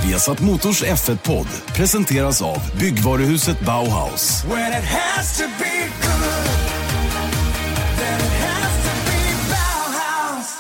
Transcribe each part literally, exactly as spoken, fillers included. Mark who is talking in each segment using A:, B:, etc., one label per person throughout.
A: Viasat Motors F ett-podd presenteras av Byggvaruhuset Bauhaus.
B: When it has to be good, then it has to be Bauhaus.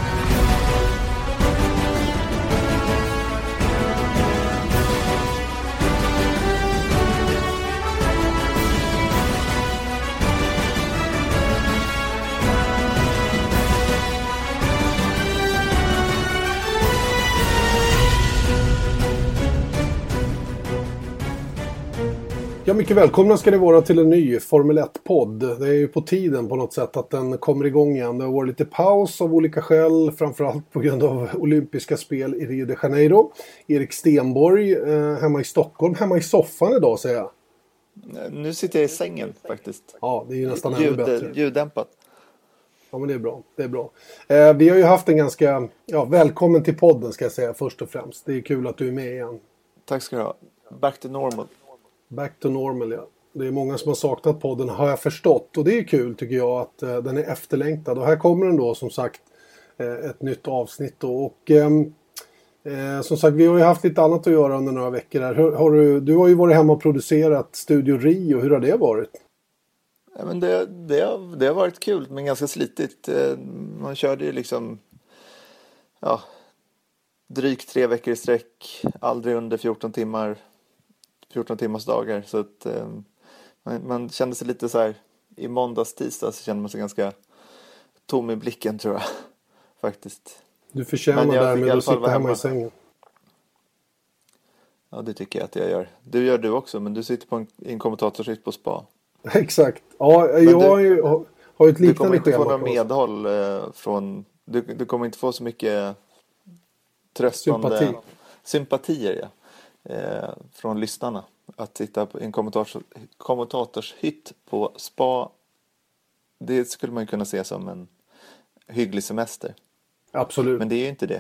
C: Ja, mycket välkomna ska ni vara till en ny Formel ett-podd. Det är ju på tiden på något sätt att den kommer igång igen. Det har varit lite paus av olika skäl, framförallt på grund av olympiska spel i Rio de Janeiro. Erik Stenborg eh, hemma i Stockholm, hemma i soffan idag säger jag.
D: Nu sitter jag i sängen faktiskt.
C: Ja, det är ju nästan ännu
D: Ljud,
C: bättre.
D: Ljuddämpat.
C: Ja, men det är bra. Det är bra. Eh, vi har ju haft en ganska, ja, välkommen till podden ska jag säga först och främst. Det är kul att du är med igen.
D: Tack ska du ha. Back to normal.
C: Back to normal, ja. Det är många som har saknat podden, har jag förstått. Och det är kul tycker jag att uh, den är efterlängtad. Och här kommer den då som sagt uh, ett nytt avsnitt då. Och um, uh, som sagt, vi har ju haft lite annat att göra under några veckor här. Hur, har du, du har ju varit hemma och producerat Studio Rio. Hur har det varit?
D: Ja, men det, det, har, det har varit kul men ganska slitigt. Man körde ju liksom ja, drygt tre veckor i sträck. Aldrig under fjorton timmar. fjorton timmars dagar. Så att eh, man, man kände sig lite så här i måndags, tisdag så kände man sig ganska tom i blicken tror jag. Faktiskt.
C: Du förtjänar därmed att sitta hemma, hemma i sängen.
D: Ja, det tycker jag att jag gör. Du gör du också, men du sitter på en, i en kommentatorshytt på spa.
C: Exakt. Ja, jag
D: du,
C: har ju har, har ett liknande
D: Du kommer inte
C: schema
D: få någon medhåll eh, från... Du, du kommer inte få så mycket tröstande...
C: Sympati.
D: Sympatier, ja. Eh, från lyssnarna. Att titta på en kommentators, kommentatorshytt på spa. Det skulle man kunna se som en hygglig semester.
C: Absolut.
D: Men det är ju inte det.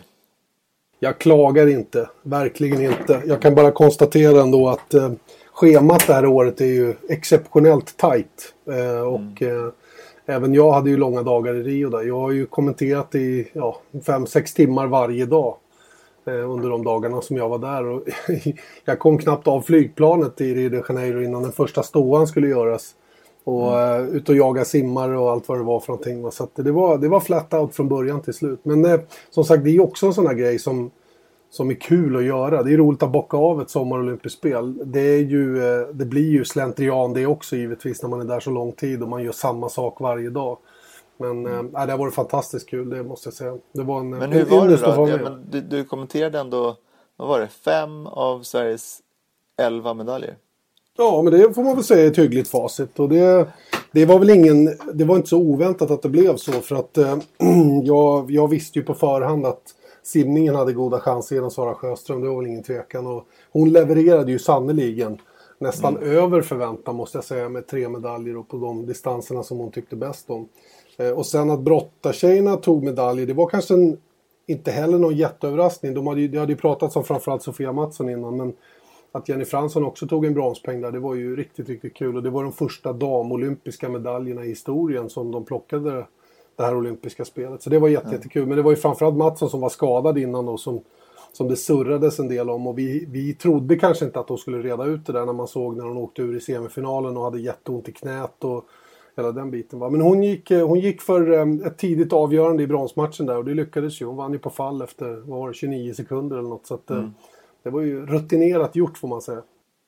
D: Jag
C: klagar inte. Verkligen inte. Jag kan bara konstatera ändå att eh, schemat det här året är ju exceptionellt tajt. Eh, och mm. eh, även jag hade ju långa dagar i Rio där. Jag har ju kommenterat i ja, fem sex timmar varje dag. Under de dagarna som jag var där. Och jag kom knappt av flygplanet i Rio de Janeiro innan den första ståan skulle göras. Och mm. ut och jaga simmare och allt vad det var för någonting. Så att det, var, det var flat out från början till slut. Men eh, som sagt, det är också en sån här grej som, som är kul att göra. Det är roligt att bocka av ett sommarolympiskt spel. Det, är ju, eh, det blir ju slentrian det också givetvis när man är där så lång tid och man gör samma sak varje dag. Men mm. äh, det har varit fantastiskt kul, det måste jag säga. Det var en,
D: men hur
C: en
D: var det då? Ja, men du, du kommenterade ändå, vad var det? Fem av Sveriges elva medaljer.
C: Ja, men det får man väl säga är ett hyggligt facit. Och det, det var väl ingen, det var inte så oväntat att det blev så. För att äh, jag, jag visste ju på förhand att simningen hade goda chanser genom Sara Sjöström. Det var väl ingen tvekan. Och hon levererade ju sannoliken nästan mm. över förväntan måste jag säga. Med tre medaljer och på de distanserna som hon tyckte bäst om. Och sen att brottartjejerna tog medaljer, det var kanske en, inte heller någon jätteöverraskning. De hade ju, det hade ju pratats om framförallt Sofia Mattsson innan, men att Jenny Fransson också tog en bronspeng där, det var ju riktigt, riktigt kul. Och det var de första damolympiska medaljerna i historien som de plockade det här olympiska spelet. Så det var jätte, jättekul. Men det var ju framförallt Mattsson som var skadad innan då, som, som det surrades en del om. Och vi, vi trodde kanske inte att de skulle reda ut det där när man såg när hon åkte ur i semifinalen och hade jätteont i knät och hela den biten va. Men hon gick, hon gick för ett tidigt avgörande i bronsmatchen där och det lyckades ju. Hon vann ju på fall efter vad var det, tjugonio sekunder eller något. Så att, mm. det var ju rutinerat gjort får man säga.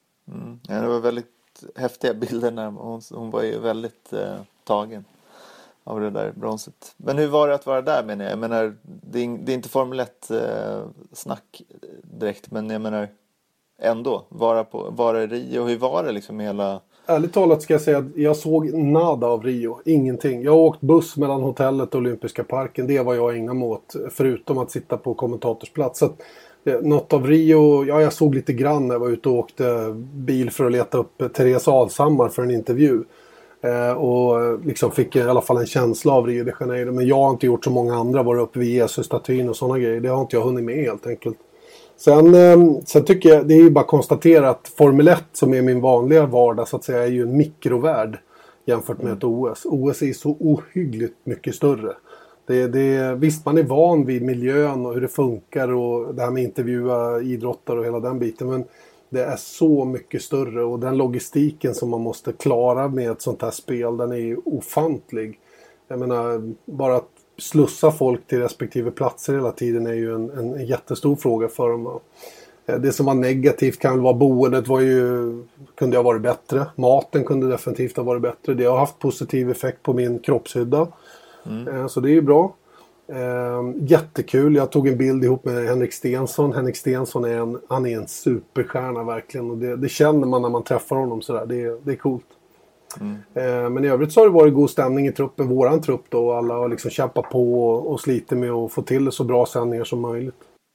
D: Mm. Ja, det var väldigt häftiga bilder när hon, hon var ju väldigt eh, tagen av det där bronset. Men hur var det att vara där menar jag? Jag menar, det är, det är inte Formel ett eh, snack direkt men jag menar ändå, vara, på, vara i Rio. Hur var det liksom hela...
C: Ärligt talat ska jag säga att jag såg nada av Rio. Ingenting. Jag har åkt buss mellan hotellet och Olympiska parken. Det är vad jag ägnar mig åt. Förutom att sitta på kommentatorsplats. Så att, eh, något av Rio... Ja, jag såg lite grann när jag var ute och åkte bil för att leta upp Therese Alshammar för en intervju. Eh, och liksom fick i alla fall en känsla av Rio de Janeiro. Men jag har inte gjort så många andra. Varit uppe vid Jesus-statyn och sådana grejer. Det har inte jag hunnit med helt enkelt. Sen, sen tycker jag, det är ju bara att konstatera att Formel ett som är min vanliga vardag så att säga är ju en mikrovärld jämfört med ett O S. O S är så ohyggligt mycket större. Det, det, visst, man är van vid miljön och hur det funkar och det här med intervjua idrottare och hela den biten. Men det är så mycket större och den logistiken som man måste klara med ett sånt här spel, den är ju ofantlig. Jag menar, bara att slussa folk till respektive platser hela tiden är ju en, en, en jättestor fråga för dem. Det som var negativt kan vara boendet var ju, kunde ha varit bättre. Maten kunde definitivt ha varit bättre. Det har haft positiv effekt på min kroppshydda. Mm. Så det är ju bra. Jättekul. Jag tog en bild ihop med Henrik Stenson. Henrik Stenson är en, han är en superstjärna verkligen. Och det, det känner man när man träffar honom sådär. Det, det är coolt. Mm. Men i övrigt så har det varit god stämning i truppen. Våran trupp då. Alla har liksom kämpat på och, och slitit med att få till så bra sändningar som möjligt.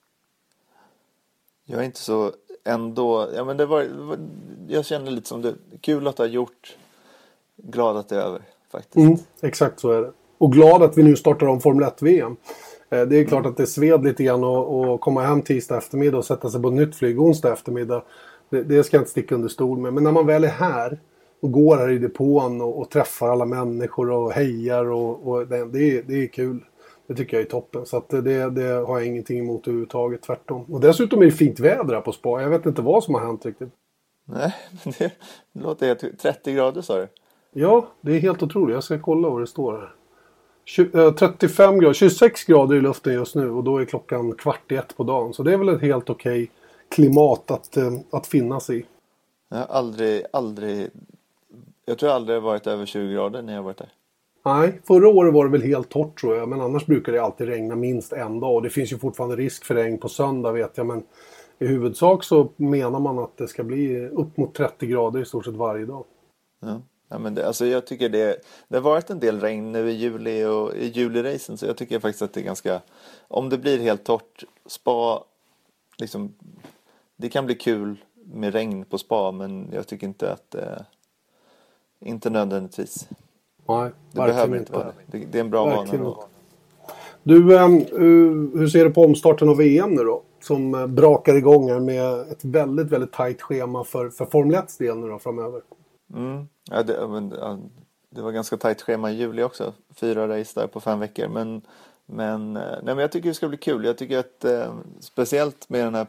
D: Jag är inte så ändå, ja men det var, jag känner lite som det, kul att ha gjort, glad att det är över faktiskt. Mm,
C: exakt så är det. Och glad att vi nu startar om Formel ett-V M. Det är klart mm. att det sved lite grann att komma hem tisdag eftermiddag och sätta sig på ett nytt flyg onsdag eftermiddag. Det, det ska jag inte sticka under stol med. Men när man väl är här och går här i depån och, och träffar alla människor och hejar och, och det, det, är, det är kul. Det tycker jag är toppen. Så att det, det har jag ingenting emot överhuvudtaget, tvärtom. Och dessutom är det fint väder här på Spa. Jag vet inte vad som har hänt riktigt.
D: Nej, men det, det låter helt... trettio grader sa du?
C: Ja, det är helt otroligt. Jag ska kolla vad det står här. tjugo, trettiofem grader, tjugosex grader i luften just nu. Och då är klockan kvart i ett på dagen. Så det är väl ett helt okej klimat att, att finnas i.
D: Jag har aldrig, aldrig... Jag tror jag aldrig har varit över tjugo grader när jag har varit där.
C: Nej, förra året var det väl helt torrt tror jag. Men annars brukar det alltid regna minst en dag. Och det finns ju fortfarande risk för regn på söndag vet jag. Men i huvudsak så menar man att det ska bli upp mot trettio grader i stort sett varje dag.
D: Ja, ja men det, alltså jag tycker det, det har varit en del regn nu i juli och i juliracen. Så jag tycker faktiskt att det är ganska... Om det blir helt torrt, Spa... Liksom, det kan bli kul med regn på Spa. Men jag tycker inte att... Eh, inte nödvändigtvis.
C: Nej,
D: det behöver inte vara det. Det, det är en bra vana.
C: Du, um, hur ser du på omstarten av V M nu då? Som uh, brakar igång här med ett väldigt, väldigt tajt schema för, för Formel ett del nu då framöver.
D: Mm. Ja, det, men, ja, det var ganska tajt schema i juli också. Fyra race där på fem veckor. Men, men, nej, men jag tycker det ska bli kul. Jag tycker att eh, speciellt med den här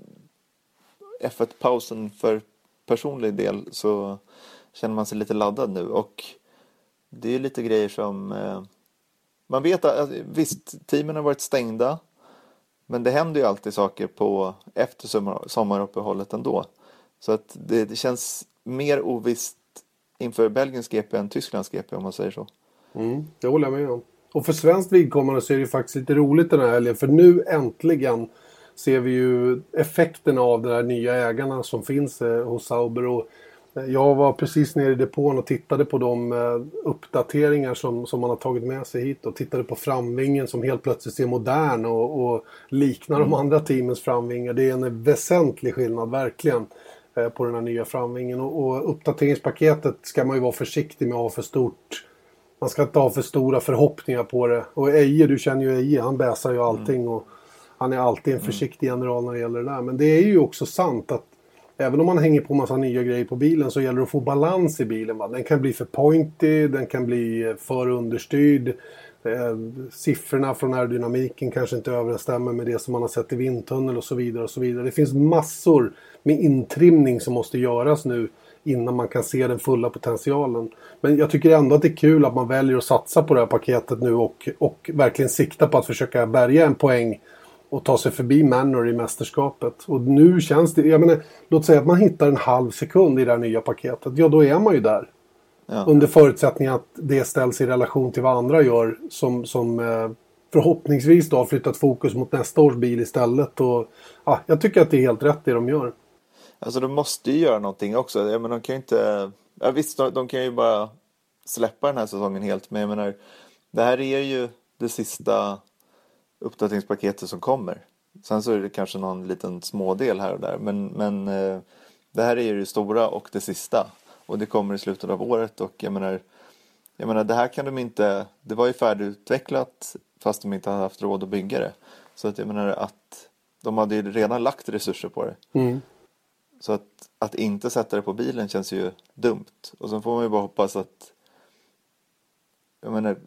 D: F ett-pausen för personlig del så känner man sig lite laddad nu. Och det är lite grejer som... Eh, man vet att alltså, visst, teamen har varit stängda. Men det händer ju alltid saker på efter sommar, sommaruppehållet ändå. Så att det, det känns mer ovisst inför Belgiens G P än Tysklands G P om man säger så.
C: Mm, det håller jag med om. Och för svenskt vidkommande så är det faktiskt lite roligt den här helgen. För nu äntligen ser vi ju effekterna av de här nya ägarna som finns eh, hos Sauber. Och jag var precis nere i depån och tittade på de eh, uppdateringar som, som man har tagit med sig hit. Och tittade på framvingen som helt plötsligt ser modern och, och liknar mm. de andra teamens framvingar. Det är en väsentlig skillnad verkligen eh, på den här nya framvingen. Och, och uppdateringspaketet ska man ju vara försiktig med att ha för stort. Man ska inte ha för stora förhoppningar på det. Och Eje, du känner ju Eje, han bäsar ju allting. Mm. Och han är alltid en försiktig general när det gäller det där. Men det är ju också sant att även om man hänger på massa nya grejer på bilen så gäller det att få balans i bilen. Va? Den kan bli för pointy, den kan bli för understyrd. Eh, siffrorna från aerodynamiken kanske inte överensstämmer med det som man har sett i vindtunnel och så vidare. och så vidare. Det finns massor med intrimning som måste göras nu innan man kan se den fulla potentialen. Men jag tycker ändå att det är kul att man väljer att satsa på det här paketet nu och, och verkligen sikta på att försöka bärga en poäng och ta sig förbi Manor i mästerskapet. Och nu känns det, jag menar, låt säga att man hittar en halv sekund i det här nya paketet. Ja, då är man ju där. Ja. Under förutsättning att det ställs i relation till vad andra gör som, som eh, förhoppningsvis då har flyttat fokus mot nästa års bil istället. Och, ja, jag tycker att det är helt rätt det de gör.
D: Alltså de måste ju göra någonting också. Jag menar, de kan ju inte... Ja, visst, de, de kan ju bara släppa den här säsongen helt. Men jag menar, det här är ju det sista uppdateringspaketet som kommer. Sen så är det kanske någon liten smådel här och där. Men, men eh, det här är ju det stora och det sista. Och det kommer i slutet av året. Och jag menar, jag menar, det här kan de inte... Det var ju färdigutvecklat fast de inte hade haft råd att bygga det. Så att jag menar att de hade ju redan lagt resurser på det. Mm. Så att, att inte sätta det på bilen känns ju dumt. Och så får man ju bara hoppas att... Jag menar,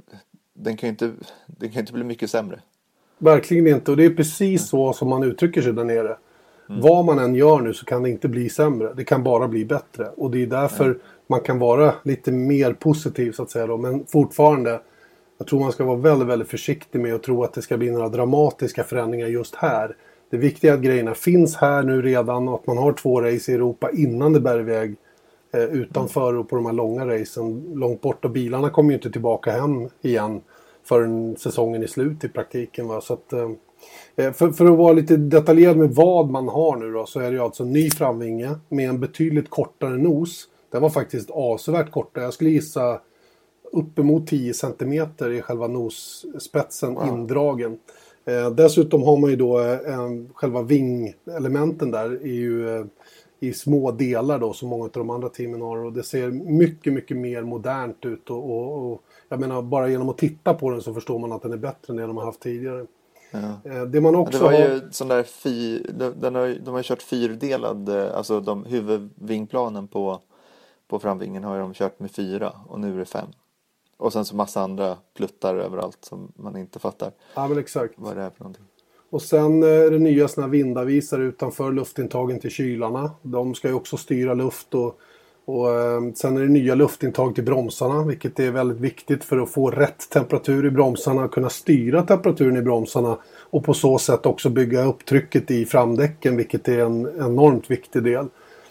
D: den kan ju inte, det kan inte bli mycket sämre.
C: Verkligen inte. Och det är precis så som man uttrycker sig där nere. Mm. Vad man än gör nu så kan det inte bli sämre. Det kan bara bli bättre. Och det är därför mm. man kan vara lite mer positiv så att säga då. Men fortfarande, jag tror man ska vara väldigt, väldigt försiktig med att tro att det ska bli några dramatiska förändringar just här. Det viktiga är att grejerna finns här nu redan och att man har två race i Europa innan det bär iväg eh, utanför och på de här långa racen långt bort. Och bilarna kommer ju inte tillbaka hem igen förrän säsongen är slut i praktiken. Va? Så att, eh, för, för att vara lite detaljerad med vad man har nu då, så är det ju alltså en ny framvinge med en betydligt kortare nos. Den var faktiskt avsevärt kortare. Jag skulle gissa uppemot tio centimeter i själva nosspetsen wow. indragen. Eh, dessutom har man ju då eh, själva vingelementen där är ju eh, i små delar då som många av de andra teamen har. Och det ser mycket, mycket mer modernt ut. Och, och, och jag menar, bara genom att titta på den så förstår man att den är bättre än det de har haft tidigare.
D: Ja.
C: Eh, det man också
D: det var
C: har...
D: ju sån där fy, de, den har, de har kört fyrdelad, alltså de huvudvingplanen på, på framvingen har de kört med fyra och nu är det fem. Och sen så massa andra pluttar överallt som man inte fattar.
C: Ja, men exakt.
D: Vad det är för någonting.
C: Och sen är det nya såna här vindavisar utanför luftintagen till kylarna. De ska ju också styra luft och, och sen är det nya luftintag till bromsarna. Vilket är väldigt viktigt för att få rätt temperatur i bromsarna. Kunna styra temperaturen i bromsarna. Och på så sätt också bygga upp trycket i framdäcken. Vilket är en enormt viktig del.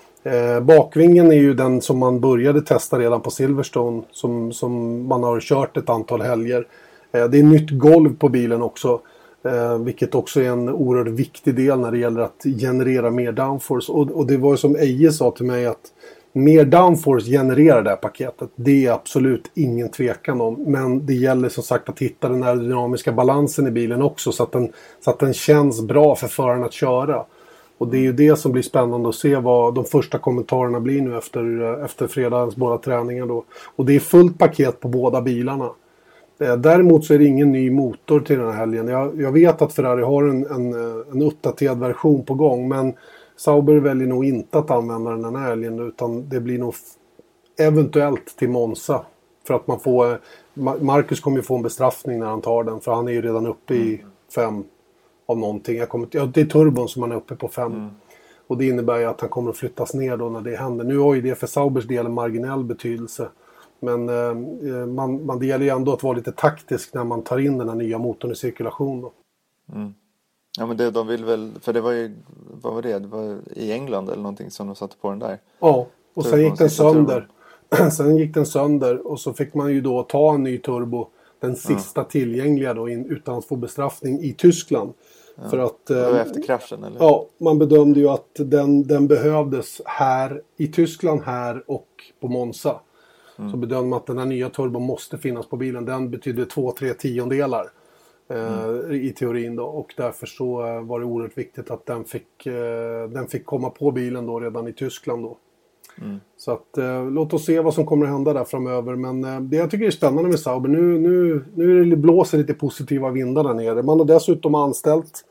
C: Eh, bakvingen är ju den som man började testa redan på Silverstone. Som, som man har kört ett antal helger. Eh, det är nytt golv på bilen också. Eh, vilket också är en oerhört viktig del när det gäller att generera mer downforce. Och, och det var ju som Eje sa till mig att mer downforce genererar det här paketet. Det är absolut ingen tvekan om. Men det gäller som sagt att hitta den här dynamiska balansen i bilen också. Så att den, så att den känns bra för föraren att köra. Och det är ju det som blir spännande att se vad de första kommentarerna blir nu efter, efter fredagens båda träningar då. Och det är fullt paket på båda bilarna. Däremot så är det ingen ny motor till den här helgen. Jag, jag vet att Ferrari har en, en, en uppdaterad version på gång. Men Sauber väljer nog inte att använda den här helgen. Utan det blir nog eventuellt till Monza. För att man får... Marcus kommer ju få en bestraffning när han tar den. För han är ju redan uppe i fem av någonting. Jag kommer, ja, det är turbon som han är uppe på fem. Mm. Och det innebär ju att han kommer att flyttas ner då när det händer. Nu har ju det för Saubers del en marginell betydelse. Men eh, man, man, det gäller ju ändå att vara lite taktisk när man tar in den här nya motorn i cirkulation då.
D: Mm. Ja men det, de vill väl, för det var ju, vad var det? Det var i England eller någonting som de satte på den där.
C: Ja, och sen gick den sönder. Sen gick den sönder och så fick man ju då ta en ny turbo. Den sista ja. tillgängliga då in, utan att få bestraffning i Tyskland.
D: Ja.
C: För att,
D: det var
C: eh,
D: efter kraschen eller?
C: Ja, man bedömde ju att den, den behövdes här i Tyskland här och på Monza. Mm. Så bedömde man att den här nya turbon måste finnas på bilen. Den betyder två, tre tiondelar eh, mm. i teorin då. Och därför så eh, var det oerhört viktigt att den fick, eh, den fick komma på bilen då redan i Tyskland då. Mm. Så att eh, låt oss se vad som kommer att hända där framöver. Men eh, det jag tycker är spännande med Sauber. Nu, nu, nu är det blåser lite positiva vindar där nere. Man har dessutom anställt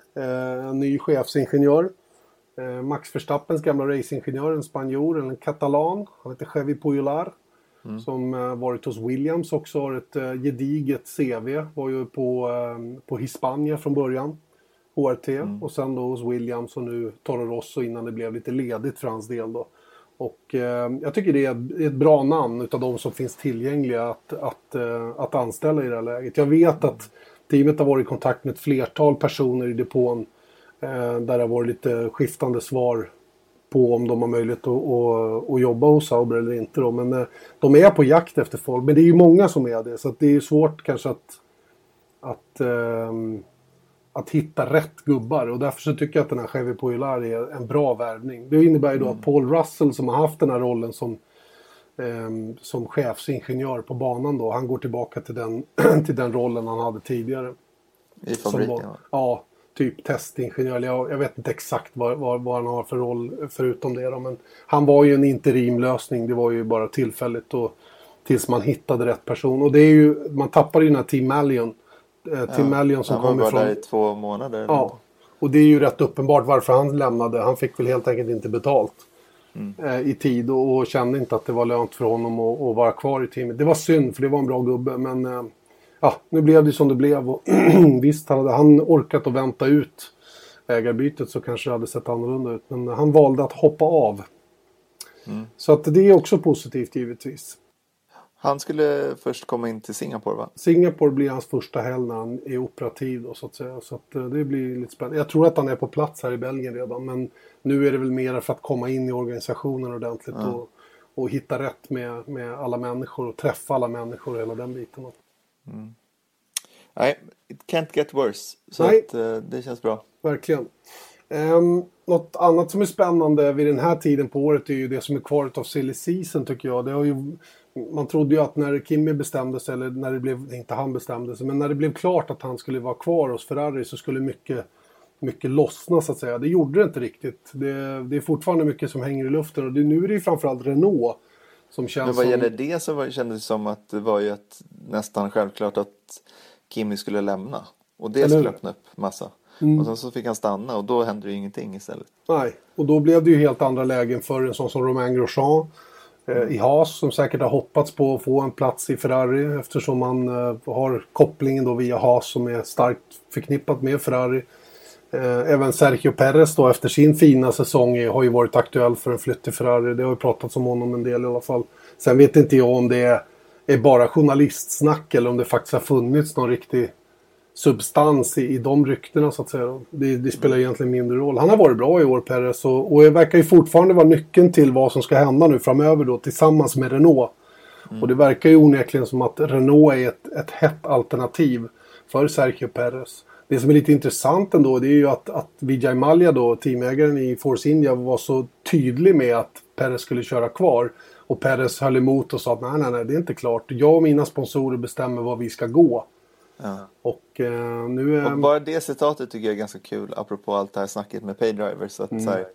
C: eh, en ny chefsingenjör. Eh, Max Verstappens gamla racingingenjör, en spanjor eller en katalan. Han heter Xavi Pujolar. Mm. Som uh, varit hos Williams också. Har ett uh, gediget C V. Var ju på, uh, på Hispania från början. H R T. Mm. Och sen då hos Williams och nu Toro Rosso innan det blev lite ledigt för hans del då. Och uh, jag tycker det är ett bra namn utav de som finns tillgängliga att, att, uh, att anställa i det här läget. Jag vet att teamet har varit i kontakt med ett flertal personer i depån. Uh, där det har varit lite skiftande svar på om de har möjlighet att, att, att jobba hos Sauber eller inte då. Men eh, de är på jakt efter folk. Men det är ju många som är det. Så att det är svårt kanske att, att, eh, att hitta rätt gubbar. Och därför så tycker jag att den här Xavi Pujolar är en bra värvning. Det innebär ju då mm. att Paul Russell som har haft den här rollen som, eh, som chefsingenjör på banan då. Han går tillbaka till den, till den rollen han hade tidigare.
D: I fabriken?
C: Var, ja. Typ testingenjör. Jag, jag vet inte exakt vad, vad, vad han har för roll förutom det då. Men han var ju en interimlösning. Det var ju bara tillfälligt och, tills man hittade rätt person. Och det är ju, man tappar ju den här Tim Mallion. Eh, Tim
D: ja,
C: Mallion som
D: kommer från... Han var bara
C: från,
D: där i två månader.
C: Ja. Och det är ju rätt uppenbart varför han lämnade. Han fick väl helt enkelt inte betalt mm. eh, i tid. Och, och kände inte att det var lönt för honom att, att vara kvar i teamet. Det var synd för det var en bra gubbe. Men... Eh, ja, nu blev det som det blev. Och visst, hade han orkat att vänta ut ägarbytet så kanske det hade sett annorlunda ut. Men han valde att hoppa av. Mm. Så att det är också positivt givetvis.
D: Han skulle först komma in till Singapore, va?
C: Singapore blir hans första helg när han är operativ då, så att säga. Så att det blir lite spännande. Jag tror att han är på plats här i Belgien redan. Men nu är det väl mer för att komma in i organisationen ordentligt. Ja. Och, och hitta rätt med, med alla människor. Och träffa alla människor och hela den biten.
D: Mm. Nej, it can't get worse. Så
C: Nej.
D: Att, uh, det känns bra.
C: Verkligen. Um, något annat som är spännande vid den här tiden på året är ju det som är kvar av silly season, tycker jag. Det har ju, man trodde ju att när Kimi bestämde sig, eller när det blev, inte han bestämde sig, men när det blev klart att han skulle vara kvar hos Ferrari så skulle mycket, mycket lossna, så att säga. Det gjorde det inte riktigt. Det, det är fortfarande mycket som hänger i luften, och det, nu är det ju framförallt Renault som känns.
D: Men vad
C: som...
D: gäller det så var, kändes det som att det var ju ett, nästan självklart att Kimi skulle lämna. Och det skulle öppna upp massa. Mm. Och sen så fick han stanna och då hände det ju ingenting istället.
C: Nej, och då blev det ju helt andra lägen för en sån som Romain Grosjean eh, mm. i Haas, som säkert har hoppats på att få en plats i Ferrari eftersom man eh, har kopplingen då via Haas som är starkt förknippat med Ferrari. Eh, även Sergio Perez då efter sin fina säsong är, har ju varit aktuell för en flytt till Ferrari. Det har ju pratats om honom en del i alla fall. Sen vet inte jag om det är, är bara journalistsnack eller om det faktiskt har funnits någon riktig substans i, i de ryktena, så att säga. Det, det spelar egentligen mindre roll. Han har varit bra i år, Perez, och, och det verkar ju fortfarande vara nyckeln till vad som ska hända nu framöver då, tillsammans med Renault. Mm. Och det verkar ju onekligen som att Renault är ett, ett hett alternativ för Sergio Perez. Det som är lite intressant ändå, det är ju att, att Vijay Mallya då, teamägaren i Force India, var så tydlig med att Perez skulle köra kvar. Och Perez höll emot och sa att nej, nej, nej, det är inte klart. Jag och mina sponsorer bestämmer var vi ska gå.
D: Ja.
C: Och, eh, nu är...
D: och bara det citatet tycker jag är ganska kul, apropå allt det här snacket med paydrivers. Så att, mm. så här,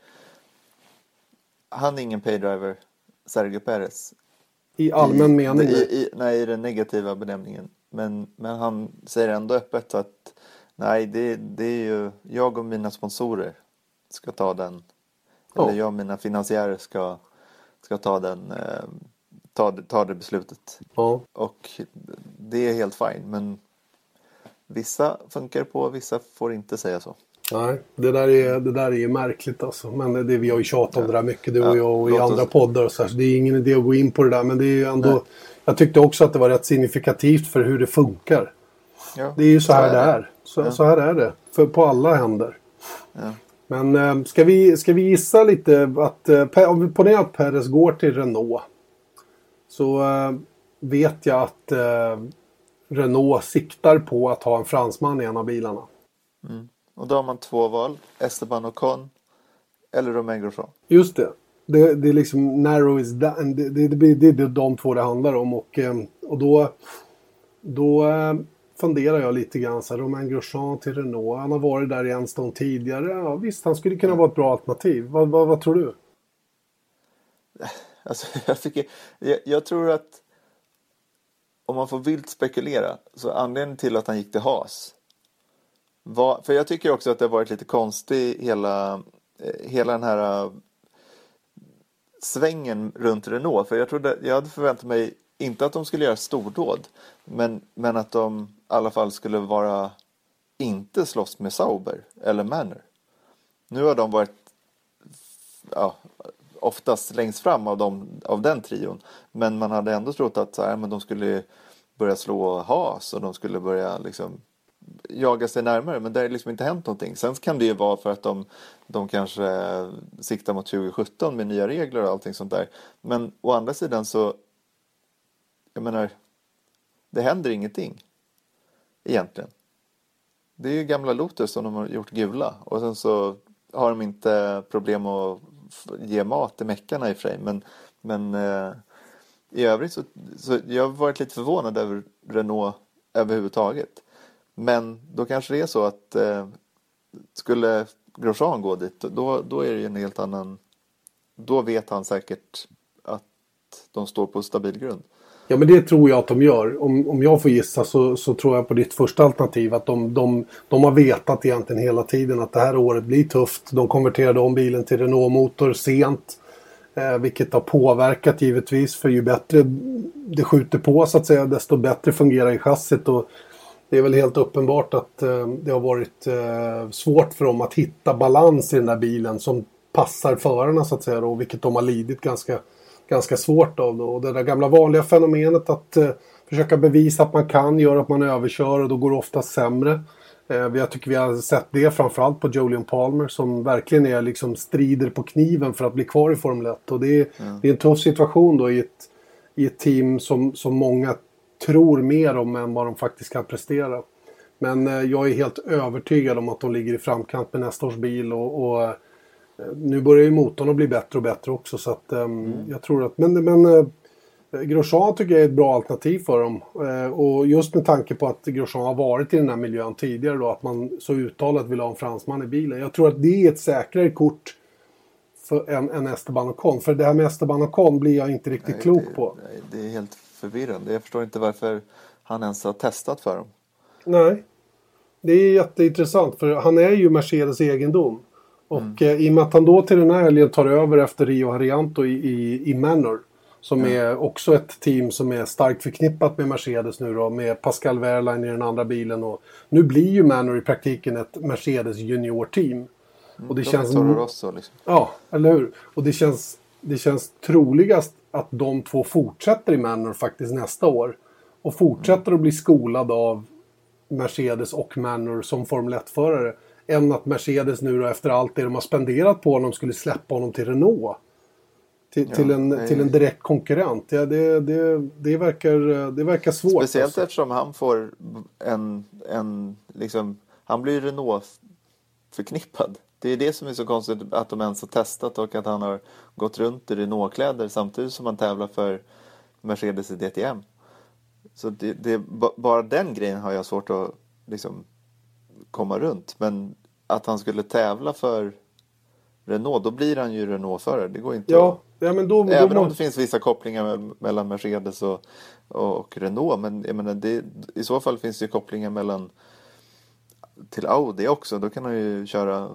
D: han är ingen paydriver, Sergio Perez.
C: I allmän
D: I,
C: mening?
D: I, i, nej, i den negativa benämningen. Men, men han säger ändå öppet att nej, det, det är ju jag och mina sponsorer ska ta den. Ja. Eller jag och mina finansiärer ska, ska ta den, eh, ta, ta det beslutet.
C: Ja.
D: Och det är helt fine, men vissa funkar på, vissa får inte säga så.
C: Nej, det där är, det där är ju märkligt alltså. Men det, vi har ju tjatat om ja. det där mycket, du och jag, och
D: ja,
C: i andra
D: oss...
C: poddar och så här. Så det är ingen idé att gå in på det där. Men det är ju ändå... Nej. Jag tyckte också att det var rätt signifikativt för hur det funkar. Ja, det är ju så, så här är det är. Så, ja. så här är det. För på alla händer.
D: Ja.
C: Men äh, ska, vi, ska vi gissa lite att... Äh, om vi ponerar att Perez går till Renault. Så äh, vet jag att... Äh, Renault siktar på att ha en fransman i en av bilarna.
D: Mm. Och då har man två val. Esteban Ocon eller Romain Grosjean.
C: Just det. Det, det är liksom narrow is down. Det, det, det, det, det är de två det handlar om. Och, och då, då funderar jag lite grann. Så här, Romain Grosjean till Renault. Han har varit där i en stund tidigare. Ja, visst, han skulle kunna vara ett bra alternativ. Vad, vad, vad tror du?
D: Alltså, jag, tycker, jag, jag tror att om man får vilt spekulera, så anledningen till att han gick till Haas var, för jag tycker också att det har varit lite konstigt hela, hela den här uh, svängen runt Renault. För jag trodde, jag hade förväntat mig inte att de skulle göra stordåd, men, men att de i alla fall skulle vara inte slåss med Sauber eller Manor. Nu har de varit ja, oftast längst fram av, dem, av den trion. Men man hade ändå trott att så här, men de skulle börja slå Haas och de skulle börja liksom jaga sig närmare. Men det har liksom inte hänt någonting. Sen kan det ju vara för att de, de kanske siktar mot tjugo sjutton med nya regler och allting sånt där. Men å andra sidan så, jag menar, det händer ingenting egentligen. Det är ju gamla Lotus som de har gjort gula. Och sen så har de inte problem att ge mat till meckarna i och för sig. Men, men eh, i övrigt så, så jag har varit lite förvånad över Renault överhuvudtaget. Men då kanske det är så att eh, skulle Grosjean gå dit, då, då är det ju en helt annan... Då vet han säkert att de står på stabil grund.
C: Ja, men det tror jag att de gör. Om, om jag får gissa så, så tror jag på ditt första alternativ att de, de, de har vetat egentligen hela tiden att det här året blir tufft. De konverterade om bilen till Renault-motor sent. Eh, vilket har påverkat givetvis, för ju bättre det skjuter på så att säga, desto bättre fungerar i chassit. Och det är väl helt uppenbart att eh, det har varit eh, svårt för dem att hitta balans i den där bilen som passar förarna så att säga då, vilket de har lidit ganska, ganska svårt av då. Och det där gamla vanliga fenomenet att eh, försöka bevisa att man kan göra att man överkör, och då går det ofta sämre. Eh, jag tycker vi har sett det framförallt på Julian Palmer som verkligen är liksom strider på kniven för att bli kvar i Formel ett. Och det är, mm. det är en tuff situation då i ett, i ett team som, som många tror mer om än vad de faktiskt kan prestera. Men eh, jag är helt övertygad om att de ligger i framkant med nästa års bil, och, och eh, nu börjar ju motorn att bli bättre och bättre också, så att eh, mm. jag tror att, men, men eh, Grosjean tycker jag är ett bra alternativ för dem, eh, och just med tanke på att Grosjean har varit i den här miljön tidigare då, att man så uttalat vill ha en fransman i bilen. Jag tror att det är ett säkrare kort för en, en Esteban Ocon, för det här med Esteban Ocon blir jag inte riktigt nej, klok
D: det,
C: på.
D: Nej, det är helt förvirrande. Jag förstår inte varför han ens har testat för dem.
C: Nej, det är jätteintressant, för han är ju Mercedes egendom. Och mm. eh, i och med att han då till den här helgen tar över efter Rio Haryanto i, i, i Manor, som mm. är också ett team som är starkt förknippat med Mercedes nu då, med Pascal Wehrlein i den andra bilen. Och nu blir ju Manor i praktiken ett Mercedes junior-team.
D: Mm,
C: och det
D: de
C: känns...
D: Rosso, liksom.
C: Ja, eller hur? Och det känns, det känns troligast att de två fortsätter i Manor faktiskt nästa år. Och fortsätter att bli skolad av Mercedes och Manor som Formel ett-förare. Än att Mercedes nu då, efter allt det de har spenderat på honom, skulle släppa honom till Renault. Till, ja, till, en, till en direkt konkurrent. Ja, det, det, det, verkar, det verkar svårt.
D: Speciellt
C: alltså.
D: Eftersom han får en, en liksom, han blir Renault förknippad. Det är det som är så konstigt, att de ens har testat och att han har gått runt i Renault-kläder samtidigt som han tävlar för Mercedes i D T M. Så det, det, bara den grejen har jag svårt att liksom komma runt. Men att han skulle tävla för Renault, då blir han ju Renault-förare. Det går inte
C: ja,
D: att...
C: ja, men då,
D: Även
C: då...
D: om det finns vissa kopplingar mellan Mercedes och, och Renault. Men jag menar, det, i så fall finns det ju kopplingar mellan till Audi också. Då kan han ju köra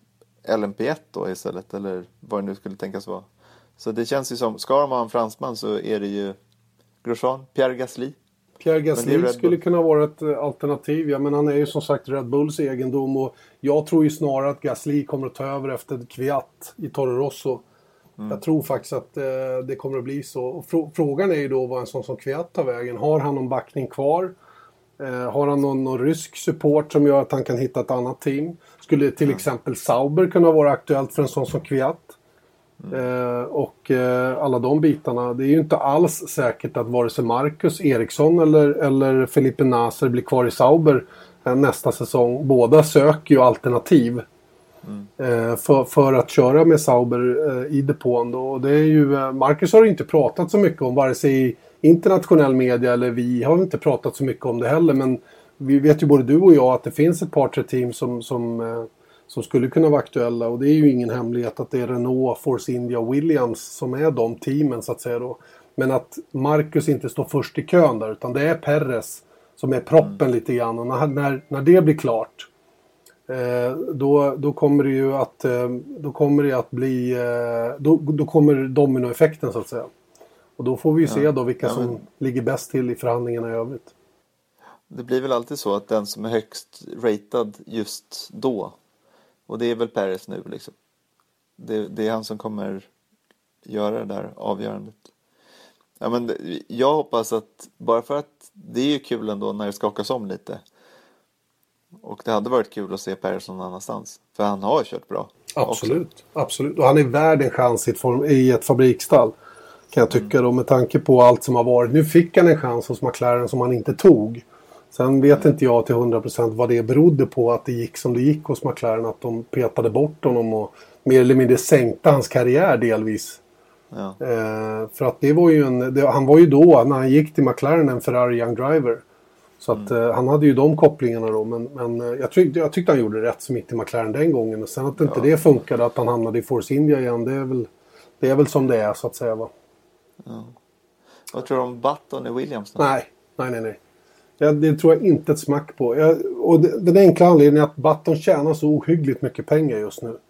D: L M P ett då istället. Eller vad det nu skulle tänkas vara. Så det känns ju som, ska de ha en fransman så är det ju Grosjean, Pierre Gasly.
C: Pierre Gasly skulle kunna vara ett alternativ. Ja, men han är ju som sagt Red Bulls egendom. Och jag tror ju snarare att Gasly kommer att ta över efter Kvyat i Toro Rosso. Mm. Jag tror faktiskt att eh, det kommer att bli så. Och frå- frågan är ju då vad en sån som Kvyat tar vägen. Har han någon backning kvar? Eh, har han någon, någon rysk support som gör att han kan hitta ett annat team? Skulle till mm. exempel Sauber kunna vara aktuellt för en sån som Kvyat? Mm. Eh, och eh, alla de bitarna. Det är ju inte alls säkert att vare sig Marcus Eriksson eller, eller Felipe Nasser blir kvar i Sauber eh, nästa säsong. Båda söker ju alternativ mm. eh, för, för att köra med Sauber eh, i depån då. Och det är ju, eh, Marcus har ju inte pratat så mycket om, vare sig i internationell media eller vi har inte pratat så mycket om det heller. Men vi vet ju både du och jag att det finns ett par tre team som, som eh, som skulle kunna vara aktuella, och det är ju ingen hemlighet att det är Renault, Force India och Williams som är de teamen så att säga då. Men att Marcus inte står först i kön där, utan det är Perez som är proppen mm. lite grann, och när, när, när det blir klart eh, då, då kommer det ju att eh, då kommer det att bli eh, då, då kommer dominoeffekten så att säga, och då får vi ju ja. se då vilka ja, men... som ligger bäst till i förhandlingarna i övrigt.
D: Det blir väl alltid så att den som är högst ratad just då, och det är väl Perez nu liksom. Det, det är han som kommer göra det där avgörandet. Ja, men det, jag hoppas att, bara för att det är ju kul ändå när det skakas om lite. Och det hade varit kul att se Perez någon annanstans. För han har kört bra.
C: Absolut, också. absolut. Och han är värd en chans i ett, form, i ett fabriksstall. Kan jag tycka mm. då, med tanke på allt som har varit. Nu fick han en chans hos McLaren som han inte tog. Sen vet inte jag till hundra procent vad det berodde på att det gick som det gick hos McLaren. Att de petade bort honom och mer eller mindre sänkte hans karriär delvis. Ja. Eh, för att det var ju en, det, han var ju då när han gick till McLaren en Ferrari Young Driver. Så att mm. eh, han hade ju de kopplingarna då. Men, men eh, jag, tyckte, jag tyckte han gjorde rätt som mitt i McLaren den gången. Och sen att inte ja. det funkade, att han hamnade i Force India igen. Det är väl, det är väl som det är så att säga, va.
D: Ja. Vad tror du om Button i Williams då?
C: Nej, nej, nej, nej. Ja, det tror jag inte ett smack på. Jag, och det, den enkla anledningen är att Button tjänar så ohyggligt mycket pengar just nu.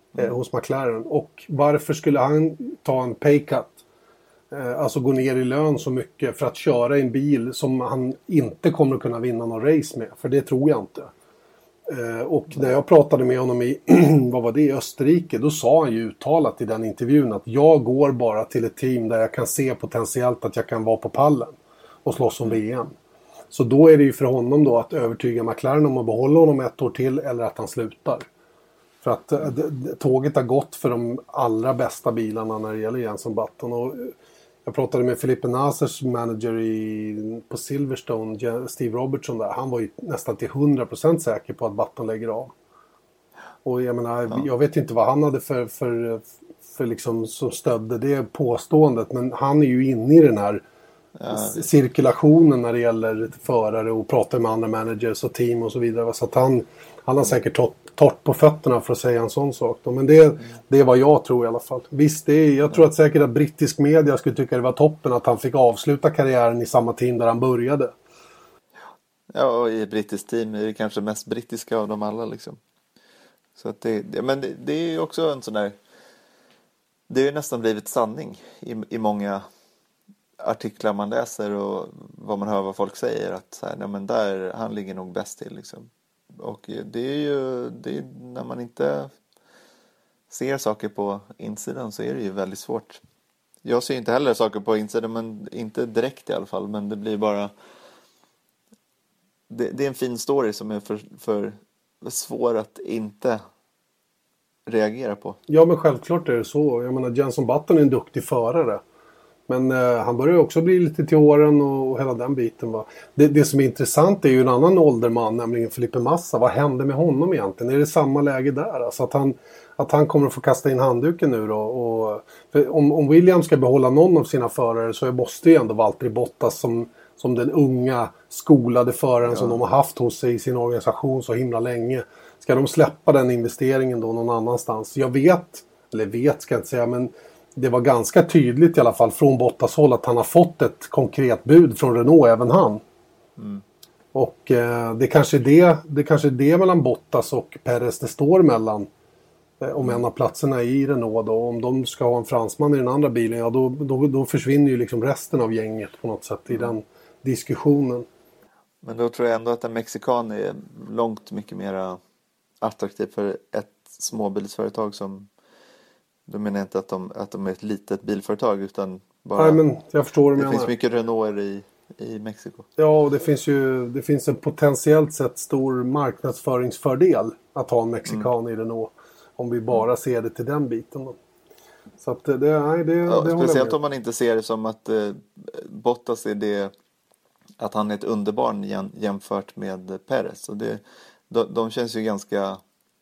C: eh, hos McLaren. Och varför skulle han ta en pay cut? Eh, alltså gå ner i lön så mycket för att köra en bil som han inte kommer att kunna vinna någon race med. För det tror jag inte. Eh, och när jag pratade med honom i, vad var det, i Österrike, då sa han ju uttalat i den intervjun att jag går bara till ett team där jag kan se potentiellt att jag kan vara på pallen och slåss om V M. Så då är det ju för honom då att övertyga McLaren om att behålla honom ett år till eller att han slutar. För att eh, d- d- tåget har gått för de allra bästa bilarna när det gäller Jenson Button. Och eh, jag pratade med Felipe Nassers manager i, på Silverstone, Steve Robertson där. Han var ju nästan till hundra procent säker på att Button lägger av. Och jag menar, ja. jag vet inte vad han hade för, för, för liksom som stödde det påståendet. Men han är ju inne i den här ja. cirkulationen när det gäller förare och pratar med andra managers och team och så vidare. Så att han, han har säkert tagit torrt på fötterna för att säga en sån sak. Men det, mm. det är vad jag tror i alla fall. Visst, det är, jag tror att säkert att brittisk media skulle tycka det var toppen att han fick avsluta karriären i samma team där han började.
D: Ja, och i ett brittiskt team är det kanske mest brittiska av dem alla liksom. Så att det, det men det, det är ju också en sån där, det är ju nästan blivit sanning i, i många artiklar man läser och vad man hör vad folk säger att så här, ja, men där han ligger nog bäst till liksom. Och det är ju det är, när man inte ser saker på insidan så är det ju väldigt svårt. Jag ser inte heller saker på insidan, men inte direkt i alla fall, men det blir bara det, det är en fin story som är för, för svår att inte reagera på.
C: Ja, men självklart är det så. Jag menar, Jenson Button är en duktig förare. Men eh, han börjar också bli lite till åren och, och hela den biten. Va? Det, det som är intressant är ju en annan ålderman, nämligen Felipe Massa. Vad hände med honom egentligen? Är det samma läge där? Alltså att han, att han kommer att få kasta in handduken nu då? Och, för om, om Williams ska behålla någon av sina förare så måste ju ändå Valtteri Bottas som, som den unga skolade föraren ja. som de har haft hos sig i sin organisation så himla länge. Ska de släppa den investeringen då någon annanstans? Jag vet, eller vet ska jag inte säga, men det var ganska tydligt i alla fall från Bottas håll att han har fått ett konkret bud från Renault, även han. Mm. Och eh, det kanske är det, det kanske är det mellan Bottas och Perez det står mellan. Eh, om en av platserna i Renault då. Om de ska ha en fransman i den andra bilen, ja då, då, då försvinner ju liksom resten av gänget på något sätt i mm. den diskussionen.
D: Men då tror jag ändå att en mexikan är långt mycket mer attraktiv för ett småbilsföretag som... Då menar jag inte att de, att de är ett litet bilföretag utan bara...
C: Nej, men jag förstår
D: det
C: det
D: finns mycket Renault i, i Mexiko.
C: Ja, och det finns ju det finns en potentiellt sett stor marknadsföringsfördel att ha en mexikan mm. i Renault. Om vi bara ser det till den biten då. Så att det, nej, det,
D: ja,
C: det
D: speciellt om man inte ser det som att eh, Bottas är det... Att han är ett underbarn jäm, jämfört med Perez. Och det, de, de känns ju ganska...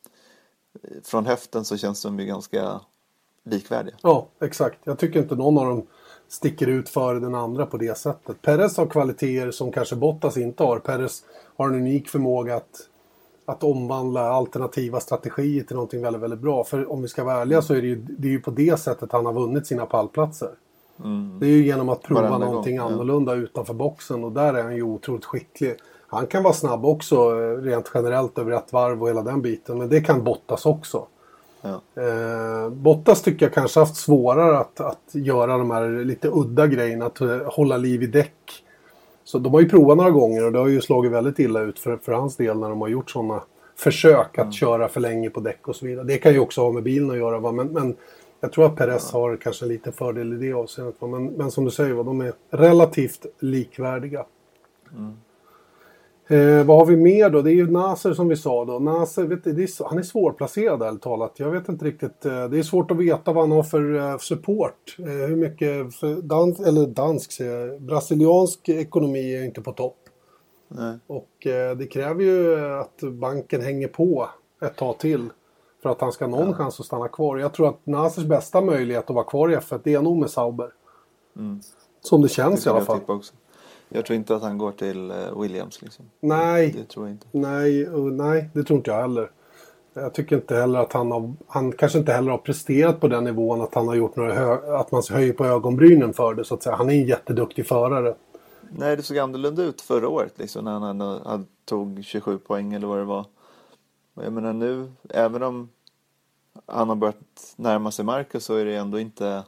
D: Från höften så känns de ju ganska... likvärdiga.
C: Ja, exakt. Jag tycker inte någon av dem sticker ut före den andra på det sättet. Perez har kvaliteter som kanske Bottas inte har. Perez har en unik förmåga att, att omvandla alternativa strategier till någonting väldigt, väldigt bra. För om vi ska vara ärliga så är det ju, det är ju på det sättet han har vunnit sina pallplatser. Mm. Det är ju genom att prova Varenda någonting gång, annorlunda ja. utanför boxen. Och där är han ju otroligt skicklig. Han kan vara snabb också rent generellt över ett varv och hela den biten. Men det kan Bottas också. Ja. Eh, Bottas tycker jag kanske haft svårare att, att göra de här lite udda grejerna, att uh, hålla liv i däck. Så de har ju provat några gånger och det har ju slagit väldigt illa ut för, för hans del när de har gjort sådana försök att mm. köra för länge på däck och så vidare. Det kan ju också ha med bilen att göra, va? Men, men jag tror att Perez ja. har kanske lite fördel i det avseendet. Men, men som du säger, va? De är relativt likvärdiga. Mm. Eh, vad har vi mer då? Det är ju Nasser som vi sa då. Nasser, vet du, det är, han är svårplacerad ärligt talat. Jag vet inte riktigt. Eh, det är svårt att veta vad han har för eh, support. Eh, hur mycket för dans, eller dansk, säger, brasiliansk ekonomi är inte på topp. Nej. Och eh, det kräver ju att banken hänger på ett tag till. För att han ska ha någon ja. chans att stanna kvar. Jag tror att Nassers bästa möjlighet att vara kvar i F ett det är nog med Sauber. Mm. Som det känns det i alla fall.
D: Jag tror inte att han går till Williams liksom.
C: Nej.
D: Det tror jag inte.
C: Nej, nej, det tror inte jag heller. Jag tycker inte heller att han har, han kanske inte heller har presterat på den nivån att han har gjort några hö, att man höjer på ögonbrynen för det så att säga. Han är en jätteduktig förare.
D: Nej, det såg annorlunda ut förra året liksom när han hade, tog tjugosju poäng eller vad det var. Och jag menar nu, även om han har börjat närma sig Marcus så är det ändå inte...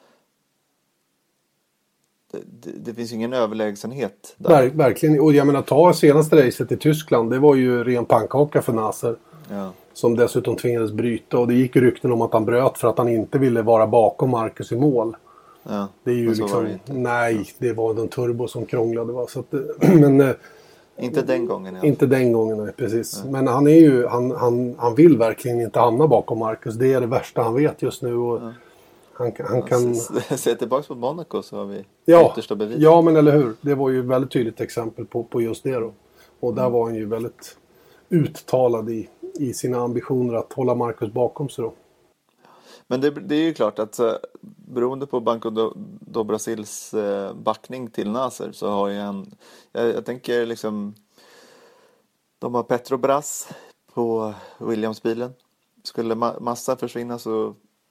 D: Det, det, det finns ingen överlägsenhet där.
C: Ver, verkligen. Och jag menar, ta senaste racet i Tyskland. Det var ju ren pannkaka för Nasser.
D: Ja.
C: Som dessutom tvingades bryta. Och det gick ju rykten om att han bröt för att han inte ville vara bakom Marcus i mål.
D: Ja,
C: det är ju
D: men så
C: liksom...
D: var det inte.
C: Nej, det var den turbo som krånglade. Va? Så att, men... eh,
D: Inte den gången. Ja.
C: Inte den gången, nej, precis. Nej. Men han är ju... Han, han, han vill verkligen inte hamna bakom Marcus. Det är det värsta han vet just nu. Och
D: Ja.
C: han, han kan...
D: Se tillbaka på Monaco så har vi
C: Ja,
D: yttersta bevis.
C: ja, men eller hur. Det var ju ett väldigt tydligt exempel på, på just det då. Och där var han ju väldigt uttalad i, i sina ambitioner att hålla Marcus bakom sig då.
D: Men det, det är ju klart att så, beroende på Banco do, do Brasils eh, backning till Nasser så har ju en... Jag, jag tänker liksom... De har Petrobras på Williams-bilen. Skulle ma- Massa försvinna så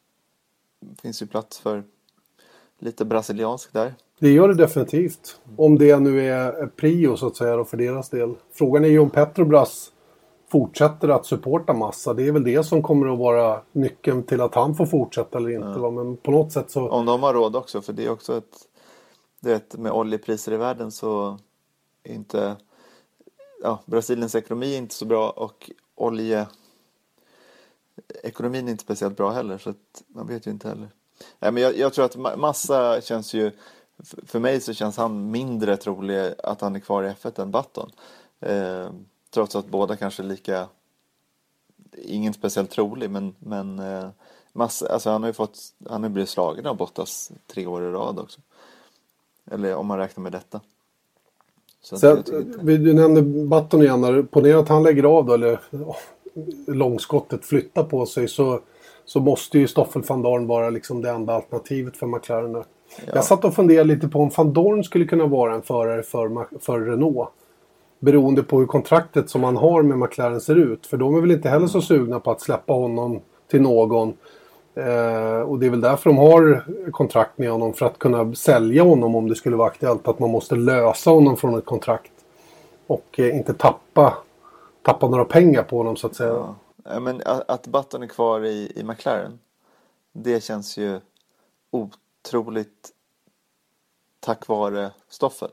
D: finns ju plats för lite brasiliansk där.
C: Det gör det definitivt. Om det nu är prio så att säga då för deras del. Frågan är ju om Petrobras fortsätter att supporta Massa. Det är väl det som kommer att vara nyckeln till att han får fortsätta eller inte. Ja. Men på något sätt så...
D: Om de har råd också, för det är också ett... Du vet, med oljepriser i världen så är inte... Ja, Brasiliens ekonomi är inte så bra och olje... Ekonomin är inte speciellt bra heller, så att man vet ju inte heller. Nej, men jag, jag tror att Massa känns ju... För mig så känns han mindre trolig att han är kvar i F ett än Button. Eh, trots att båda kanske är lika... Ingen speciellt trolig, men... men eh, Massa, alltså han har ju fått... Han har blivit slagen av Bottas tre år i rad också. Eller om man räknar med detta. Så
C: så att, du nämnde Button igen. Ponera att han lägger av då, eller oh, långskottet flyttar på sig, så, så måste ju Stoffel van Dorn vara liksom det enda alternativet för McLaren där. Ja. Jag satt och funderade lite på om van Dorn skulle kunna vara en förare för, för Renault. Beroende på hur kontraktet som han har med McLaren ser ut. För de är väl inte heller så sugna på att släppa honom till någon. Eh, och det är väl därför de har kontrakt med honom. För att kunna sälja honom om det skulle vara aktuellt. Att man måste lösa honom från ett kontrakt. Och eh, inte tappa, tappa några pengar på honom så att säga.
D: Ja. Ja, men att, att Button är kvar i, i McLaren. Det känns ju otroligt tack vare Stoffel.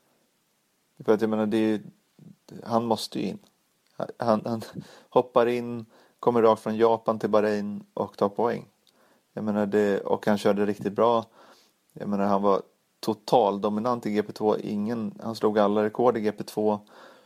D: För att jag menar, det är ju, han måste ju in. Han, han hoppar in, kommer rakt från Japan till Bahrain och tar poäng. Jag menar det, och han körde riktigt bra. Jag menar, han var total dominant i G P två. Ingen, han slog alla rekord i G P två.